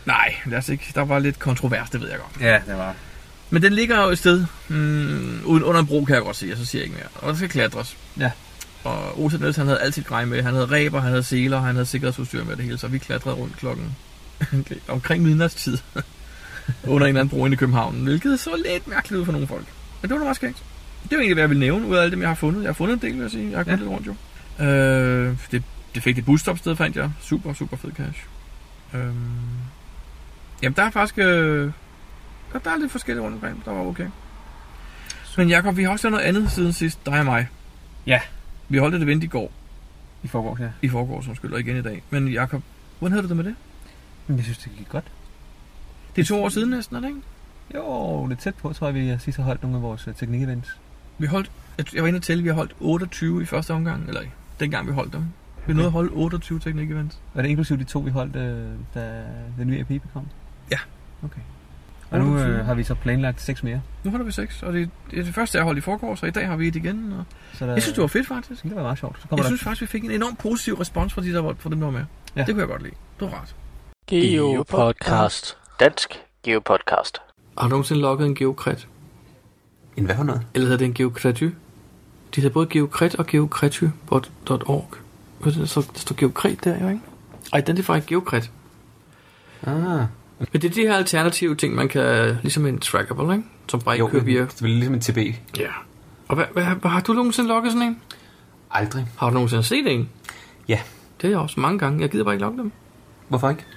Nej, lad os ikke. Der var lidt kontrovers, det ved jeg godt. Ja, det var. Men den ligger jo et sted mm, uden under en bro, kan jeg godt sige, og så siger jeg ikke mere. Og der skal klatres. Ja. Og O C Niels, han havde altid grej med. Han havde ræber, han havde seler, han havde sikkerhedsudstyr med det hele. Så vi klatrede rundt klokken omkring midnatstid under en eller anden bro inde i København. Hvilket så lidt mærkeligt ud for nogle folk. Men det var da meget skægt. Det var egentlig, hvad jeg ville nævne ud af alle dem, jeg har fundet. Jeg har fundet en del, vil jeg sige. Jeg har gået ja. lidt rundt jo. Øh, det, det fik det busstopsted, fandt jeg. Super, super fed cash. Øh, jamen, der er faktisk... Øh, der, der er lidt forskellige rundt omkring. Der var okay. Men Jakob, vi har også noget andet siden sidst. Dig og mig. Ja. Vi holdt et event i går. I forgårs, ja. I forgårs, som skylder igen i dag. Men Jakob, hvordan havde du det med det? Men jeg synes, det gik godt. Det er to år siden næsten, er det ikke? Jo, lidt tæt på, tror jeg, vi sidst har holdt nogle af vores uh, teknik-events. Vi holdt, jeg var inde og tælle, vi har holdt otteogtyve i første omgang, eller dengang vi holdt dem. Vi nåede at holde otteogtyve teknik-events. Var det inklusive de to, vi holdt, øh, da den nye A P kom? Ja. Okay. Og nu øh, har vi så planlagt seks mere. Nu holder vi seks, og det, det er det første, jeg holdt i forgårs, og i dag har vi et igen. Og så der, jeg synes, det var fedt faktisk. Det var meget sjovt. Så jeg der... synes faktisk, vi fik en enorm positiv respons fra de, der var, fra dem, der var med. Ja. Det kunne jeg godt lide. Det var rart. GeoPodcast. Dansk GeoPodcast. Har du nogensinde logget en geokret? En hvad for noget? Eller hedder det en geokrety? De hedder både geokret og geokrety punktum org. Der står, der står geokret der, jo, ikke? Identify geokret. Ah. Men det er de her alternative ting, man kan, ligesom en trackable, ikke? Som bare ikke kører via... det er ligesom en T B. Ja. Og hvad, hvad, hvad, har du nogensinde logget sådan en? Aldrig. Har du nogensinde set en? Ja. Det er jeg også mange gange. Jeg gider bare ikke logge dem. Hvorfor ikke?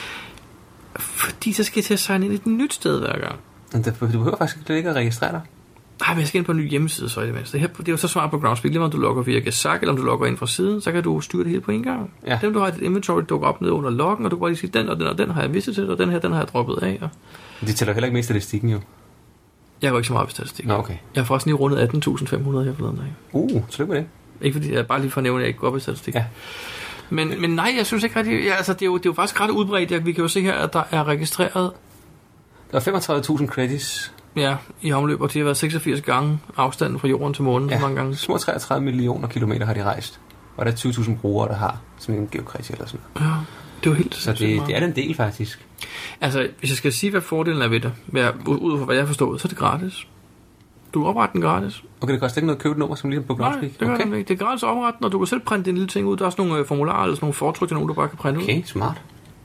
Fordi så skal jeg til at signe ind i et nyt sted hver gang. Men det, du behøver faktisk ikke at registrere dig. Nej, men jeg skal ind på en ny hjemmeside, så er det mindst. Det, her, det er jo så smart på Groundspeak. Lige om du logger via Gazak, eller om du logger ind fra siden, så kan du styre det hele på en gang. Ja. Dem, du har et inventory, dukker op ned under loggen, og du kan bare lige sige, den og den og den har jeg visitet, og den her, den har jeg droppet af. Og... Det tæller heller ikke med statistikken, jo. Jeg går ikke så meget på statistik. Nå, okay. Jeg har forresten lige rundet atten tusind fem hundrede her forleden dag. Uh, tillykke med det. Ikke fordi jeg bare lige får nævnt, at jeg ikke går op i statistik. Ja. Men, men nej, jeg synes ikke rigtig... Ja, altså, det, er jo, det er jo faktisk ret udbredt. Ja, vi kan jo se her, at der er registreret... Der er femogtredive tusind credits. Ja, i omløb, og de har været seksogfirs gange afstanden fra jorden til månen. Ja, mange gange. Små treogtredive millioner kilometer har de rejst. Og der er tyve tusind brugere, der har sådan en geokreds eller sådan noget. Ja, det var helt... Så det, det er den del, faktisk. Altså, hvis jeg skal sige, hvad fordelen er ved det, ud fra hvad jeg har forstået, så er det gratis. Du opretter den gratis. Okay, det koster ikke noget at købe et nummer, som lige på Groundspeak? Nej, det gør okay. Det, det er gratis at oprette den, og du kan selv printe en lille ting ud. Der er sådan nogle formularer eller sådan nogle fortryk til nogen, du bare kan printe okay, ud. Okay, smart.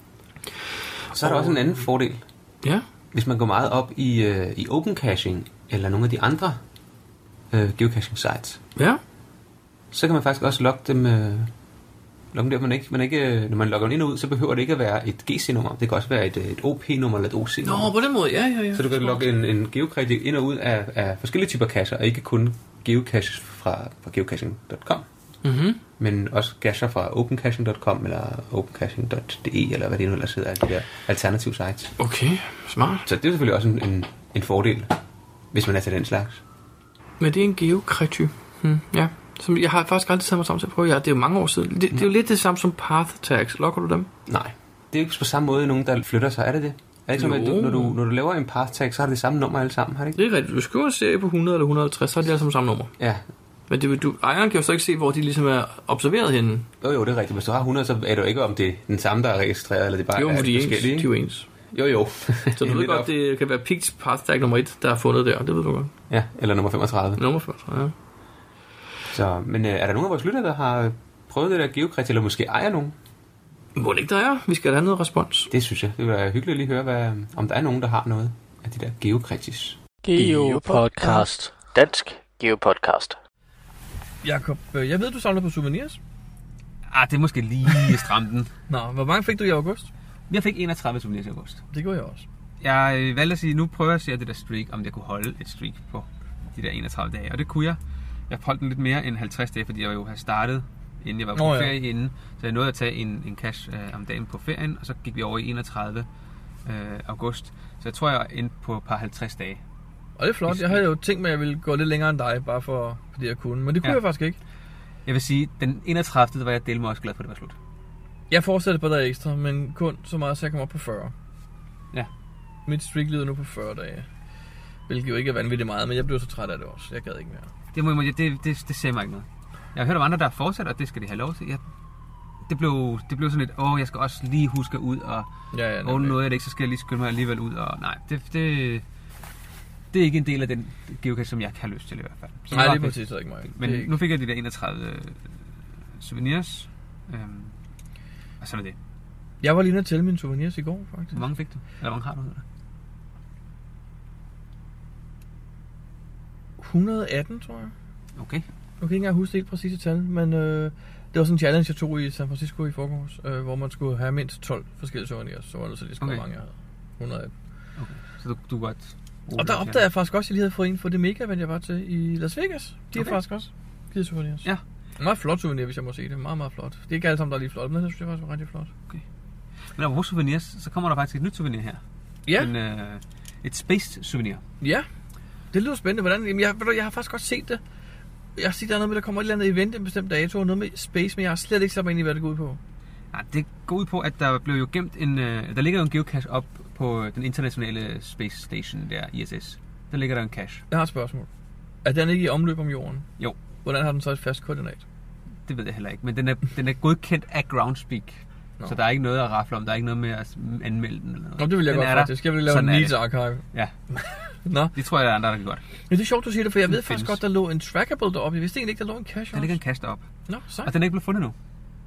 Så er der og... også en anden fordel. Ja. Hvis man går meget op i, øh, i open caching, eller nogle af de andre øh, geocaching sites, ja. så kan man faktisk også logge dem, øh, logge dem der, man ikke, man ikke, når man logger dem ind og ud, så behøver det ikke at være et G C-nummer. Det kan også være et, et O P-nummer eller et O C-nummer. Nå, på den måde, ja, ja, ja. Så du kan logge en, en geocache ind og ud af, af forskellige typer cacher, og ikke kun geocaches fra, fra geocaching punktum com, mm-hmm. men også cacher fra opencaching punktum com eller opencaching punktum d e, eller hvad det nu ellers hedder, de der alternative sites. Okay, smart. Så det er selvfølgelig også en, en, en fordel, hvis man er til den slags. Men det er en geokrety. Hmm, ja. Som jeg har faktisk aldrig taget mig sammen til at prøve. Ja, det er jo mange år siden. Det, det er jo lidt det samme som path tags. Logger du dem? Nej. Det er ikke på samme måde nogen, der flytter sig. Er det det? Er det ikke som, at du, når, du, når du laver en path tag, så har det det samme nummer alle sammen, har det ikke? Det er rigtigt. Du skriver en serie på hundrede eller et hundrede og halvtreds, så har de alle sammen samme nummer. Ja. Men det, du, ejeren kan jo så ikke se, hvor de ligesom er observeret henne. Jo, jo, det er rigtigt. Hvis du har hundrede, så er det jo ikke, om det er den samme, der er registreret, eller det bare jo, er forskellige. Jo, de er jo ens. Jo, jo. Så du ved godt, det kan være picked path tag nummer et, der er fundet der. Det ved du godt. Ja, eller nummer femogtredive. Nummer femogtredive, ja. Så, men øh, er der nogen af vores lyttere, der har prøvet det der geokreds, eller måske ejer nogen? Må det ikke der er? Vi skal have noget respons. Det synes jeg. Det vil være hyggeligt at lige høre, hvad, om der er nogen, der har noget af de der geokredits. GeoPodcast. Dansk GeoPodcast. Jakob, jeg ved, du samler på souvenirs. Ah, det er måske lige stramt den. Nå, hvor mange fik du i august? Jeg fik enogtredive souvenirs i august. Det gjorde jeg også. Jeg valgte at sige, nu prøver jeg at se det der streak, om jeg kunne holde et streak på de der enogtredive dage. Og det kunne jeg. Jeg holdt den lidt mere end halvtreds dage, fordi jeg jo havde startet, inden jeg var på oh, ja. ferie inden. Så jeg nåede at tage en, en cash øh, om dagen på ferien, og så gik vi over i enogtredivte august. Så jeg tror, jeg endte på et par halvtreds dage. Og det er flot. Jeg havde jo tænkt mig, at jeg ville gå lidt længere end dig, bare for, fordi jeg kunne. Men det kunne ja. jeg faktisk ikke. Jeg vil sige, den enogtredivte der var jeg delt mig også glad for, at det var slut. Jeg fortsatte på der ekstra, men kun så meget, så jeg kom op på fyrre. Ja. Mit streak lyder nu på fyrre dage. Hvilket jo ikke er vanvittigt meget, men jeg blev så træt af det også. Jeg gad ikke mere. Det, må, det, det, det, det ser mig ikke noget. Jeg har hørt om andre, der fortsætter, og det skal de have lov til. Jeg det blev, det blev sådan lidt, åh, jeg skal også lige huske ud, og ja, ja, åh, noget af det ikke, så skal jeg lige skynde mig alligevel ud, og nej, det, det, det er ikke en del af den geocache, som jeg kan have lyst til i hvert fald. Så nej, det er præcis ikke mig. Men ikke. Nu fik jeg de der enogtredive øh, souvenirs, øhm, og sådan er det. Jeg var lige nødt til at tælle mine souvenirs i går, faktisk. Hvor mange fik du? Eller hvor mange har du? Hedder? et hundrede og atten, tror jeg. Okay. Nu kan jeg ikke engang huske det helt præcise tal, men øh, det var sådan en challenge, jeg tog i San Francisco i forgårs, øh, hvor man skulle have mindst tolv forskellige souvenirs, så var det så lige så okay. mange, jeg havde. et hundrede og atten. Okay, så du, du godt... Og der opdagede jeg faktisk også, at jeg lige havde fået en for det mega-event, jeg var til i Las Vegas. De okay. har faktisk også givet souvenirs. Ja. En meget flot souvenir, hvis jeg må sige det. Meget, meget flot. Det er ikke alle sammen, der er lige flot, men det synes jeg faktisk var rigtig flot. Okay. Men apropos souvenirs, så kommer der faktisk et nyt souvenir her. Ja. En, øh, et space souvenir. Ja. Det lyder spændende. Hvordan? Jamen, jeg, jeg har faktisk godt set det. Jeg har set, der er noget med, der kommer et eller andet event, en bestemt dato, og noget med space, men jeg har slet ikke sat mig ind i, hvad det går ud på. Nej, det går ud på, at der blev jo gemt en... Øh, der ligger jo en geocache op på den internationale space station der, I S S. Der ligger der en cache. Jeg har et spørgsmål. Er den ikke i omløb om jorden? Jo. Hvordan har den så et fast koordinat? Det ved jeg heller ikke, men den er, den er godkendt af Groundspeak. Nå. Så der er ikke noget at rafle om, der er ikke noget med at anmelde den eller noget. Nå, det vil jeg den godt faktisk. Jeg vil lave sådan en needs archive. Ja. Nå. Det tror jeg, der er andre, der kan godt. Ja, det er sjovt, du siger det, for jeg den ved findes. faktisk godt, der lå en trackable deroppe. Jeg vidste egentlig ikke, der lå en cache. Der ligger en cache deroppe. Nå, så. Og den er ikke blevet fundet nu.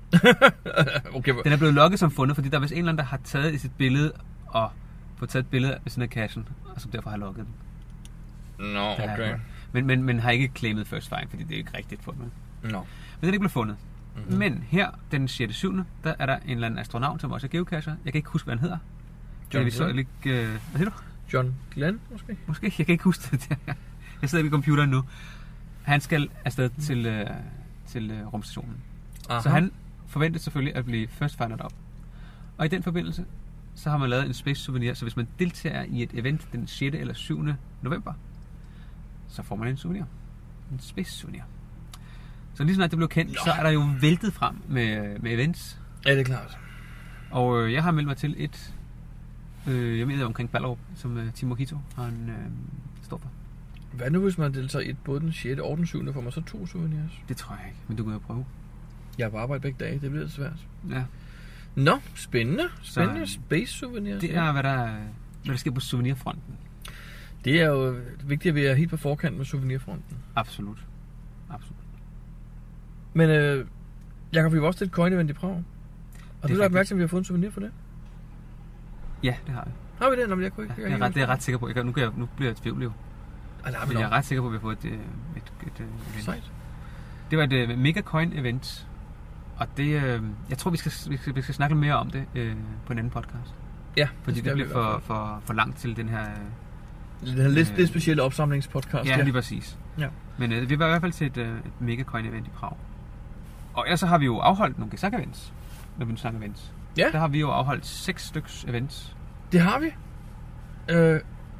Okay. Den er blevet logget som fundet, fordi der er vist en eller anden, der har taget i sit billede og fået taget et billede af sådan en cachen, og som derfor har logget den. Nå, okay. Men, men, men har ikke claimet first find, fordi det er ikke rigtigt fundet. Nå. Men den er ikke blevet fundet. Mm-hmm. Men her, den sjette syvende der er der en eller anden astronaut, som også er geocacher. Jeg kan ikke huske, hvad han hedder. John vi så Glenn? Ikke, øh, hvad siger du? John Glenn, måske? Måske, jeg kan ikke huske det. Jeg sidder ved computeren nu. Han skal afsted til, øh, til øh, rumstationen. Aha. Så han forventes selvfølgelig at blive first findet op. Og i den forbindelse, så har man lavet en space souvenir, så hvis man deltager i et event den sjette eller syvende november, så får man en souvenir. En space souvenir. Så lige snart det blev kendt, så er der jo væltet frem med, med events. Ja, det er klart. Og øh, jeg har meldt mig til et, øh, jeg mener omkring Ballerup, som øh, Team Mojito har en øh, står for. Hvad nu, hvis man deltager i et både den sjette og den syvende, får man så to souvenirs? Det tror jeg ikke, men du kan jo prøve. Jeg har bare arbejdet begge dage, det bliver lidt svært. Ja. Nå, spændende. Spændende så, space souvenirs. Det er, hvad der, hvad der sker på souvenirfronten. Det er jo vigtigt, at vi er helt på forkant med souvenirfronten. Absolut. Absolut. Men øh, Jakob, vi var også til et coin-event i Prag. Og du har lagt mærke til, at vi har fået en souvenir for det? Ja, det har vi. Har vi det? Nå, men jeg kunne ikke... Ja, jeg er ret, det er jeg ret sikker på. Jeg kan, nu, kan jeg, nu bliver jeg tvivl jo. Altså, men jeg er ret sikker på, at vi har fået et, et, et, et event. Sejt. Det var et uh, Megacoin-event. Og det... Uh, jeg tror, vi skal, vi, skal, vi skal snakke mere om det uh, på en anden podcast. Ja, fordi det, det bliver for, for, for langt til den her... Uh, den her lidt, lidt specielle opsamlingspodcast. Ja, lige præcis. Ja. Men uh, vi var i hvert fald til et, uh, et Megacoin-event i Prag. Og ellers så har vi jo afholdt nogle Gesak-events. Når vi snakker events. Ja. Der har vi jo afholdt seks styks events. Det har vi. Øh...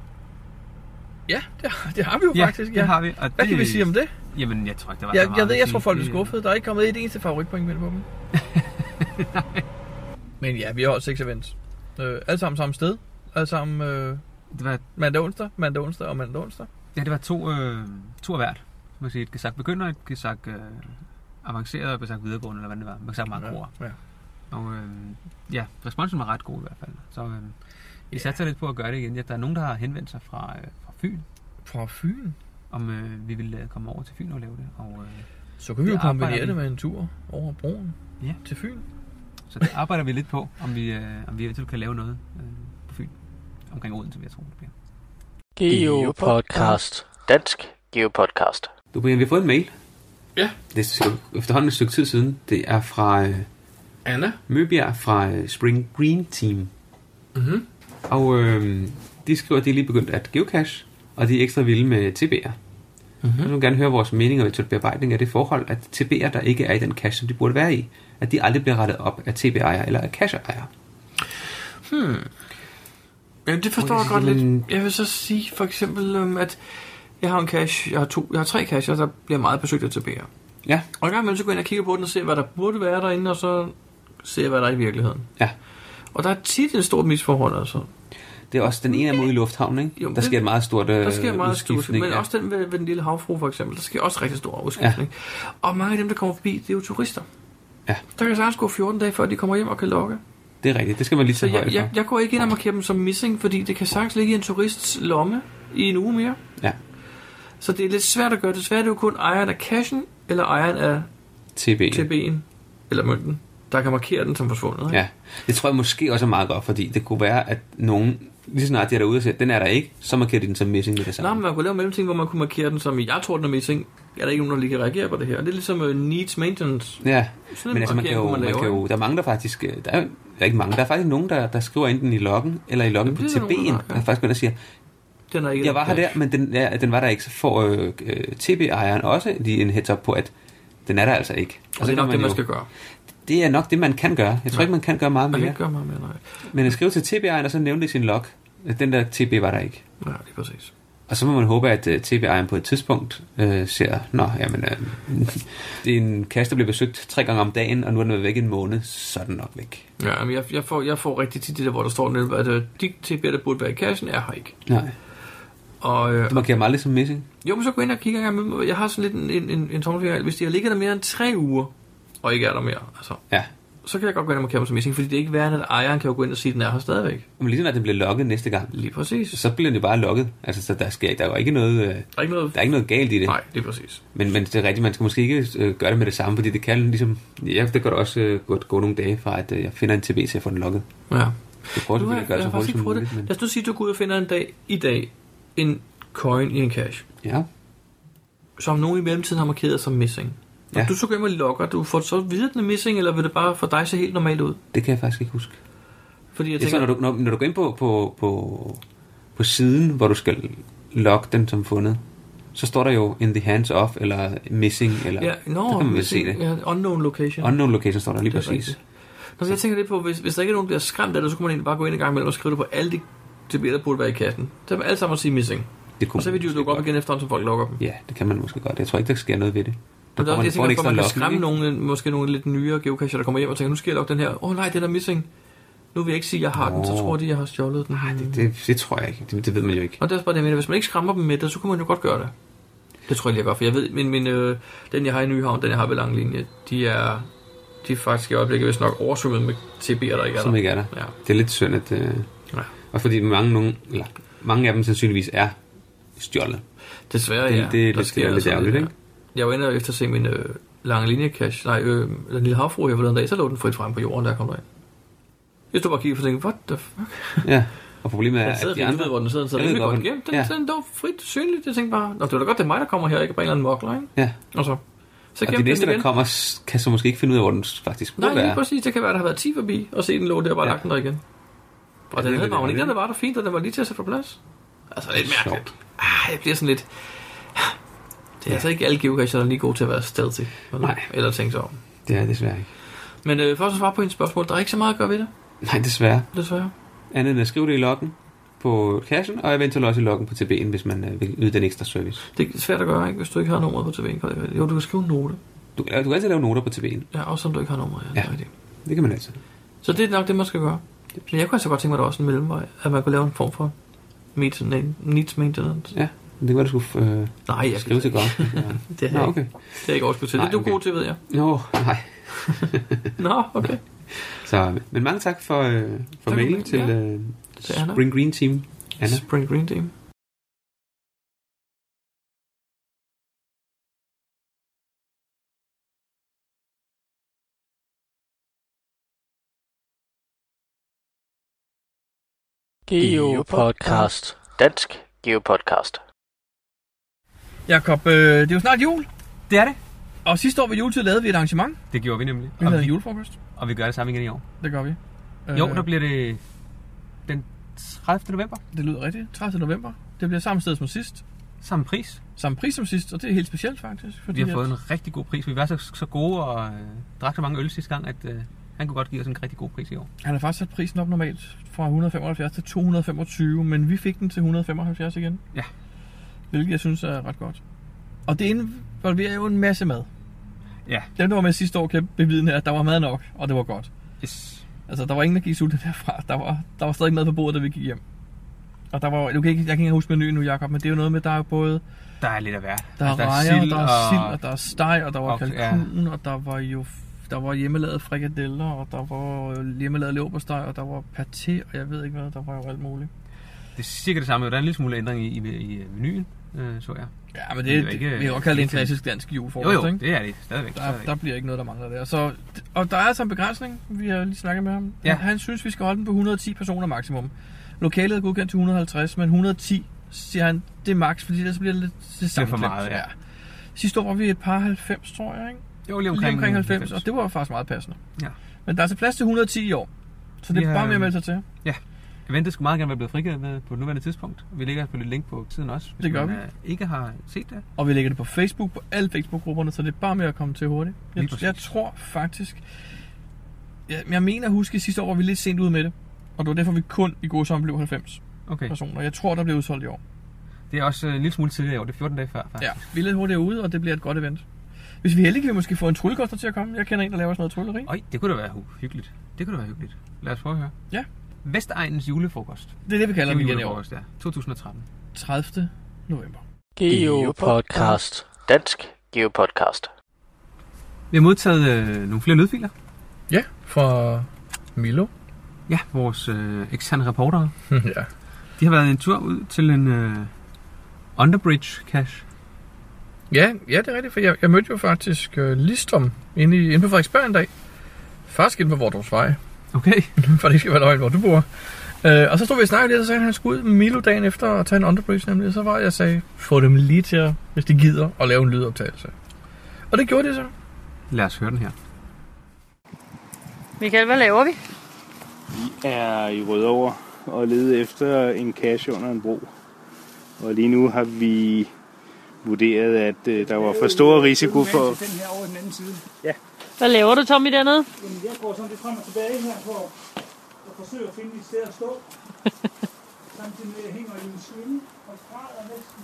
Ja, det har, det har vi jo ja, faktisk. Ja, det har vi. Og Hvad det, kan vi sige om det? Jamen, jeg tror ikke, der var jeg, så meget. Jeg ved, jeg tror, folk er det... skuffede. Der er ikke kommet et eneste favoritpoint med på dem. Nej. Men ja, vi har holdt seks events. Øh, alle sammen samme sted. Alle sammen øh, det var... mandag onsdag, mandag onsdag og mandag onsdag. Ja, det var to, øh, to af hvert. Man kan sige, et Gesak begynder, et Gesak øh, avanceret og et Gesak videregående, eller hvad det var. Man kan sige mange ord. Ja, ja. Og øh, ja, responsen var ret god i hvert fald. Så øh, vi yeah. satser lidt på at gøre det igen. Ja, der er nogen, der har henvendt sig fra, øh, fra Fyn. Fra Fyn? Om øh, vi ville komme over til Fyn og lave det. Og, øh, så kan vi jo kombinere det med en tur over broen ja. til Fyn. Så det arbejder vi lidt på, om vi, øh, om vi eventuelt kan lave noget øh, på Fyn. Omkring Odense, vil jeg tro, det bliver. Geopodcast. Dansk Geopodcast. Du, Brian, vi har fået en mail. Ja. Det er efterhånden et stykke tid siden. Det er fra øh, Anna Møbjerg fra øh, Spring Green Team. Mhm. Og øh, de skriver, at de er lige begyndt at geocache, og de er ekstra vilde med T B'er. Mm-hmm. Jeg vil gerne høre vores mening og eventuelt bearbejdning af det forhold, at T B'er, der ikke er i den cache, som de burde være i, at de aldrig bliver rettet op af T B-ejere eller af cache-ejere. Hmm. Ja, det forstår jeg, jeg godt men... lidt. Jeg vil så sige for eksempel, um, at jeg har en cache, jeg har, to, jeg har tre cacher, der bliver meget besøgt af T B'er. Ja. Og en gang imellem så går jeg ind og kigger på den og ser, hvad der burde være derinde, og så ser hvad der er i virkeligheden. Ja. Og der er tit et stort misforhold, altså. Det er også den ene af mod i lufthavnen, ikke? Jo, der sker et meget stort øh, Der sker meget stort, men ja. også den ved, ved den lille havfru for eksempel, der sker også rigtig stor udskiftning. Ja. Og mange af dem, der kommer forbi, det er jo turister. Ja. Der kan sagtens gå fjorten dage, før de kommer hjem og kan logge. Det er rigtigt, det skal man lige Så tage højde jeg, for. jeg, jeg går ikke ind og markerer dem som missing, fordi det kan sagtens ligge i en turists lomme i en uge mere. Ja. Så det er lidt svært at gøre. Desværre er det jo kun ejeren af cashen, eller ejeren af T B'en. T B'en, eller mønten, der kan markere den som forsvundet. Ikke? Ja, det tror jeg måske også er meget godt, fordi det kunne være, at nogen, lige snart de er derude og siger, den er der ikke, så markerer de den som missing med det samme. Nå, men man kunne lave mellemting, hvor man kunne markere den som, jeg tror, den er missing. Er der ikke nogen, der lige kan reagere på det her? Det er ligesom uh, needs maintenance. Ja, Sådan men altså man kan, jo, man, man kan jo, der er mange, der faktisk, der er, der er ikke mange, der er faktisk nogen, der, der skriver enten i loggen, eller i loggen på T B'en, der, der, der faktisk går ind og siger, den er ikke jeg var her der, men den, ja, den var der ikke, så får øh, T B-ejeren også lige en heads up på, at den er der altså ikke. Og, og det er nok man det, man jo, skal gøre. Det er nok det, man kan gøre. Jeg tror nej. ikke, man kan gøre meget mere. Man kan ikke gøre meget mere, nej. Men at skrive til T B-ejeren, og så nævne det i sin log, at den der T B var der ikke. Ja, det er præcis. Og så må man håbe, at uh, T B-ejeren på et tidspunkt øh, ser, nå, jamen, øh, det er en kasse, der bliver besøgt tre gange om dagen, og nu er den væk en måned, så er den nok væk. Ja, men jeg, jeg, får, jeg får rigtig tit det der, hvor der står, at uh, de T B'er, der burde være i kassen, er her ikke. Nej. Og, øh, du markerer mig aldrig som missing? Jo, men så gå ind og kigge en gang med. Jeg har sådan lidt en, en, en, en tommelfinger. Hvis de har ligget der mere end tre uger, og ikke er der mere, altså, ja. så kan jeg godt gå ind og markere dem som missing, fordi det er ikke værd, at ejeren kan jo gå ind og sige, at den er her stadigvæk. Men lige når den bliver logget næste gang, lige præcis. Så bliver den jo bare logget. Altså, så der, skal, der er jo ikke noget, øh, der er ikke noget, der er ikke noget galt i det. Nej, lige præcis. Men, men det er rigtigt, man skal måske ikke øh, gøre det med det samme, fordi det kan ligesom, ja, det kan også øh, gå, gå nogle dage fra, at øh, jeg finder en T B til at få den logget. Ja. Jeg prøver selvfølgelig at gøre det så hurtigt som muligt. Men... Lad os nu sige, at du går ud og finder en dag, i dag, en coin i en cache. Ja. Som nogen i mellemtiden har markeret som missing. Og ja. Du så går ind og logger, du får så videre, den er missing, eller vil det bare for dig se helt normalt ud? Det kan jeg faktisk ikke huske. Fordi jeg det er tænker... så, når, du, når, når du går ind på, på, på, på siden, hvor du skal logge den som fundet, så står der jo in the hands of, eller missing, eller ja, no, der kan man vel se det. Ja, unknown location. Unknown location står der lige præcis. Nå, jeg tænker lidt på, hvis, hvis der ikke er nogen, der bliver skræmt af det, så kunne man egentlig bare gå ind i gang med og skrive det på alle de T B'er, der burde være i kassen. Så vil alle sammen sige missing. Og så vil de jo dukke op igen efter, som folk logger dem. Ja, det kan man måske godt. Jeg tror ikke, der sker noget ved det. Men der, jeg tænker, at man kan skræmme nogle, måske nogle lidt nyere geocacher, der kommer hjem og tænker, nu skal jeg logge den her. Åh oh, nej, den er missing. Nu vil jeg ikke sige, at jeg har oh. den, så tror de, jeg har stjålet den. Nej, det, det, det tror jeg ikke. Det, det ved man jo ikke. Og det er bare det, men hvis man ikke skræmmer dem med det, så kunne man jo godt gøre det. Det tror jeg lige godt, for jeg ved, men, men øh, den jeg har i Nyhavn, den jeg har ved lang linje, de er, de er faktisk i øjeblikket vist nok oversvømmet med T B'er, der ikke er der. Som ikke er der. Ja. Det er lidt synd, at... Øh, ja. Og fordi mange, nogen, eller, mange af dem sandsynligvis er stjålet. Desværre, det, ja. Det er lidt, lidt ærgerligt, ikke? Jeg var inde efter at se min øh, lange linje cache, nej, øh, den lille havfru her forleden dag, så lå den frit frem på jorden, der kom der ind. Jeg stod bare og kiggede og tænkte, what the fuck? Ja, og problemet er, at de andre... Ved, hvor den sidder, den sidder rimelig godt igennem. Den, ja. den, den var frit synligt. Jeg tænkte bare, nå, det var da godt, det er mig, der kommer her, ikke bare en eller anden mokler, ikke? Ja. Og så... Så og de næste, der kommer, kan så måske ikke finde ud af, hvor den faktisk skulle være. Nej, lige præcis. Det kan være, der har været ti forbi, og se den lå der og bare ja. lagt den der igen. Og ja, den havde man ikke, den var der fint, og den var lige til at sætte på plads. Altså, lidt mærkeligt. Ah, jeg bliver sådan lidt... Det er ja. altså ikke alle geocacher, der er lige gode til at være stealthy. Eller, Nej. Eller tænke sig om. Det er desværre ikke. Men øh, for at svare på en spørgsmål, der er ikke så meget at gøre ved det. Nej, desværre. Desværre. Andet end at skrive det i loggen på cachen, og eventuelt også i loggen på T B'en, hvis man øh, vil yde den ekstra service. Det er svært at gøre, ikke? Hvis du ikke har nummeret på T B'en. Jo, du kan skrive note. Du, du kan altid lave noter på T B'en. Ja, også som du ikke har nummeret. Ja, ja. Det, det kan man altid. Så det er nok det, man skal gøre. Men jeg kunne altså godt tænke mig, at der også en mellemvej, at man kunne lave en form for needs maintenance. Ja, det kan være, du skulle øh, nej, jeg skrive til godt. det har Nå, okay. Det er ikke overskud til. Nej, det er du okay. god til, ved jeg. Nå, nej. Nå, okay. Så, men mange tak for, øh, for mailen til øh, Spring Green Team. Anna. Spring Green Team. GeoPodcast. Dansk GeoPodcast. Jakob, øh, det er jo snart jul. Det er det. Og sidste år ved juletid lavede vi et arrangement. Det gjorde vi nemlig. Vi lavede julefrokost. Og vi gør det samme igen i år. Det gør vi. Jo, der bliver det den tredivte november. Det lyder rigtigt. tredivte november. Det bliver samme sted som sidst. Samme pris. Samme pris som sidst, og det er helt specielt faktisk. Fordi vi har fået en rigtig god pris. Vi var så, så gode og øh, drak så mange øl sidste gang, at øh, han kunne godt give os en rigtig god pris i år. Han har faktisk sat prisen op normalt fra et hundrede og femoghalvfjerds til to hundrede og femogtyve, men vi fik den til et hundrede og femoghalvfjerds igen. Ja. Hvilket jeg synes er ret godt. Og det involverer jo en masse mad. Ja. Dem, der var med sidste år, kan bevidne, at der var mad nok, og det var godt. Yes. Altså, der var ingen, der gik sulten derfra. Der var, der var stadig mad på bordet, da vi gik hjem. Og der var, du kan ikke, jeg kan ikke huske menuen nu, Jacob, men det er jo noget med, der er både... Der er lidt af hvert. Der er altså, rejer, og der er sild, og der er steg, og der var og, kalkun, ja. Og der var jo... der var hjemmelavet frikadeller, og der var hjemmelavet leverpostej, og der var paté, og jeg ved ikke hvad, der var jo alt muligt. Det er cirka det samme. Der er en lille smule ændring i, i, i menuen, øh, så jeg. Ja, men det, det, ikke, det vi har også kaldt det en klassisk dansk julefrokost, jo, jo, ikke? det er det stadigvæk. Der, stadigvæk. der bliver ikke noget, der mangler der. Så, og der er altså en begrænsning, vi har lige snakket med ham. Ja. Han, han synes, vi skal holde den på et hundrede og ti personer maksimum. Lokalet er godkendt til et hundrede og halvtreds, men et hundrede og ti, siger han, det er maks, fordi ellers bliver det lidt det det er for meget, ja. Sidste år var vi et par halvfems, tror jeg, ikke? Jo, lige omkring, lige omkring halvfems, halvfems, og det var faktisk meget passende. Ja. Men der er altså plads til et hundrede og ti i år, så det er ja, bare med at melde sig til. Ja. Eventet skulle meget gerne være blevet frigivet på et nuværende tidspunkt. Vi lægger selvfølgelig link på siden også, hvis det gør man vi. ikke har set det. Og vi lægger det på Facebook, på alle Facebook-grupperne, så det er bare med at komme til hurtigt. Jeg, jeg tror faktisk... Jeg, jeg mener at huske, at sidste år var vi lidt sent ude med det. Og det var derfor, vi kun i gode sommer blev halvfems okay. personer. Jeg tror, der blev udsolgt i år. Det er også en lille smule tidligere i år. Det er fjorten dage før, faktisk. Ja, vi er lidt hurtigere ude, og det bliver et godt event. Hvis vi er heldige, kan vi måske få en tryllekoster til at komme. Jeg kender en, der laver sådan noget trylleri. Øj, det kunne da være hyggeligt. Det kunne da være hyggeligt. Lad os prøve at høre. Ja. Vestegnens julefrokost. Det er det, vi kalder den igen i år. Ja. to tusind og tretten. tredivte november. GeoPodcast. Dansk GeoPodcast. Vi har modtaget øh, nogle flere lydfiler. Ja, fra Milo. Ja, vores øh, eksterne reportere. ja. De har været en tur ud til en øh, underbridge cache. Ja, ja, det er rigtigt, for jeg, jeg mødte jo faktisk uh, Listrom inde, i, inde på Frederiksberg en dag. Faktisk inde på Vordrupsvej. Okay. For det skal være løgn, hvor du bor. Uh, og så stod vi og snakkede lidt, og så sagde han, at han skulle ud med Milo dagen efter og tage en underbridge nemlig. Og så var jeg og sagde, få dem lige til at, hvis de gider, at lave en lydoptagelse. Og det gjorde de så. Lad os høre den her. Michael, hvad laver vi? Vi er i Rødovre og leder efter en cache under en bro. Og lige nu har vi vurderet, at øh, der var for stor risiko for... Den her over den anden side. Ja. Hvad laver du, Tommy, dernede? Jamen, jeg går sådan lidt frem og tilbage her for at forsøge at finde et sted at stå. Samtidig med, at jeg hænger i en skynde og græder næsten.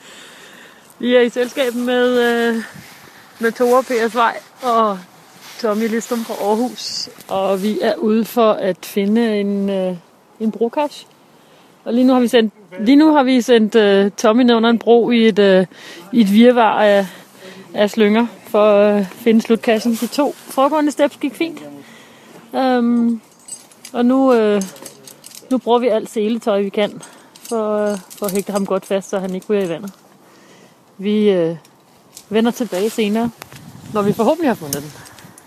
Vi er i selskab med, øh, med Tore Petersvej og Tommy Listum fra Aarhus. Og vi er ude for at finde en, øh, en brocache. Og lige nu har vi sendt, lige nu har vi sendt uh, Tommy ned under en bro i et, uh, i et virvar af, af slynger for at uh, finde slutkassen. De to foregående steps gik fint. Um, og nu, uh, nu bruger vi alt seletøj, vi kan for, uh, for at hægte ham godt fast, så han ikke ryger i vandet. Vi uh, vender tilbage senere, når vi forhåbentlig har fundet den.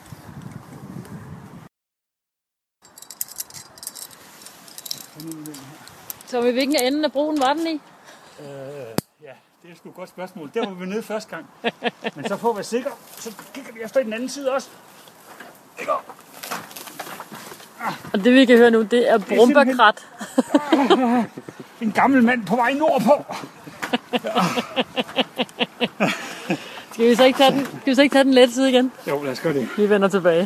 Så i hvilken ende af broen var den i? Øh, ja, det er sgu et godt spørgsmål. Der var vi nede første gang. Men så får vi sikker, så kigger vi efter i den anden side også. Ah. Og det vi kan høre nu, det er brumbakrat. Ah, en gammel mand på vej nordpå. Skal vi så ikke tage den, skal vi så ikke tage den lette side igen? Jo, lad os gøre det. Vi vender tilbage.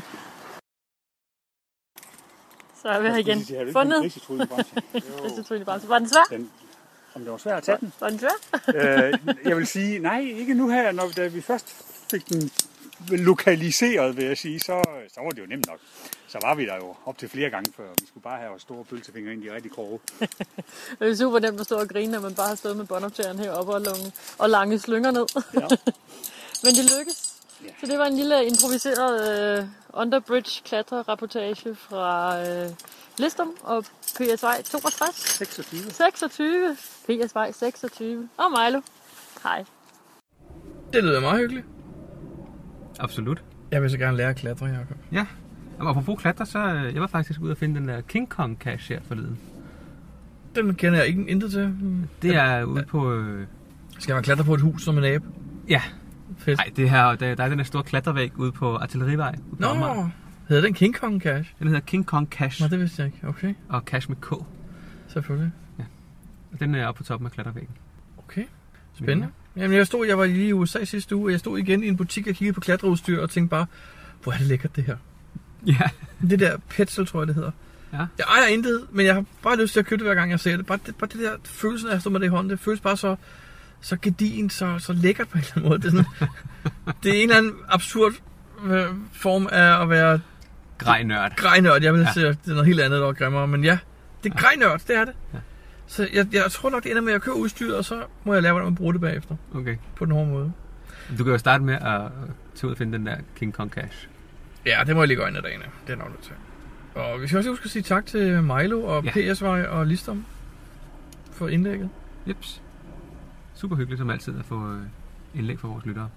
Så er vi her igen. Fundet. Grisetryllebranche. Var den svær? Den, om det var svært at tage den? Var den svær? øh, jeg vil sige, nej, ikke nu her. Når, da vi først fik den lokaliseret, vil jeg sige, så, så var det jo nemt nok. Så var vi der jo op til flere gange før. Vi skulle bare have vores store pølsefingre ind i de rigtig grove. Det er super nemt at stå og grine, når man bare har stået med båndoptageren heroppe og, lunge, og lange slynger ned. Ja. Men det lykkes. Ja. Så det var en lille improviseret uh, underbridge klatrereportage fra uh, Listum og P S-vej toogtres. seksogtyve. seksogtyve. P S-vej seksogtyve. Og Milo. Hej. Det lyder meget hyggeligt. Absolut. Jeg vil så gerne lære at klatre, Jacob. Ja. Og apropos klatre, så jeg var faktisk ude at finde den der King Kong cache her forleden. Den kender jeg ikke intet til. Det er ude på... Øh... Skal man klatre på et hus som en abe? Ja. Fedt. Nej, det her, der, der er den her store klatrevæg ude på Artillerivej. Nå, hedder den King Kong cache? Den hedder King Kong cache. Nå, det vidste jeg ikke. Okay. Og cache med K. Selvfølgelig. Ja. Og den er oppe på toppen af klatrevæggen. Okay. Spændende. Ja. Jamen, jeg stod, jeg var lige i U S A sidste uge, og jeg stod igen i en butik og kiggede på klatreudstyr og tænkte bare, hvor er det lækkert det her. Ja. Det der Petzl, tror jeg det hedder. Ja. Jeg ejer intet, men jeg har bare lyst til at købe det hver gang jeg ser det. Bare det, bare det der følelsen af at stå med det i hånden, det føles bare så, så gedint, så, så lækkert på en eller anden måde. Det er, sådan, det er en eller anden absurd øh, form af at være... Grejnørd. Grejnørd, jeg vil ja. sige, det er noget helt andet, der er grimmere, men ja, det er grejnørd, det er det. Ja. Så jeg, jeg tror nok, det ender med at købe udstyret, og så må jeg lære, hvordan man bruger det bagefter. Okay. På den hårde måde. Du kan jo starte med at tage ud og finde den der King Kong cache. Ja, det må jeg lige gå ind ad dagene. Det er nok nødt til. Og vi skal også huske at sige tak til Milo og ja. P S Y og Listom for indlægget. Jeps. Super hyggeligt som altid at få indlæg fra vores lyttere.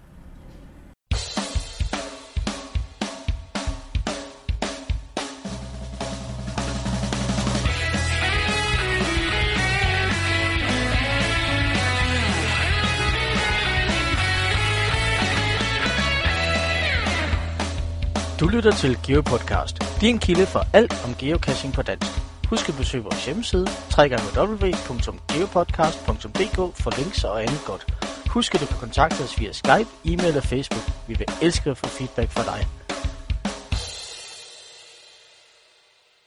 Du lytter til GeoPodcast, din kilde for alt om geocaching på dansk. Husk at besøge vores hjemmeside, w w w punktum geopodcast punktum d k for links og andet godt. Husk at du kan kontakte os via Skype, e-mail og Facebook. Vi vil elske at få feedback fra dig.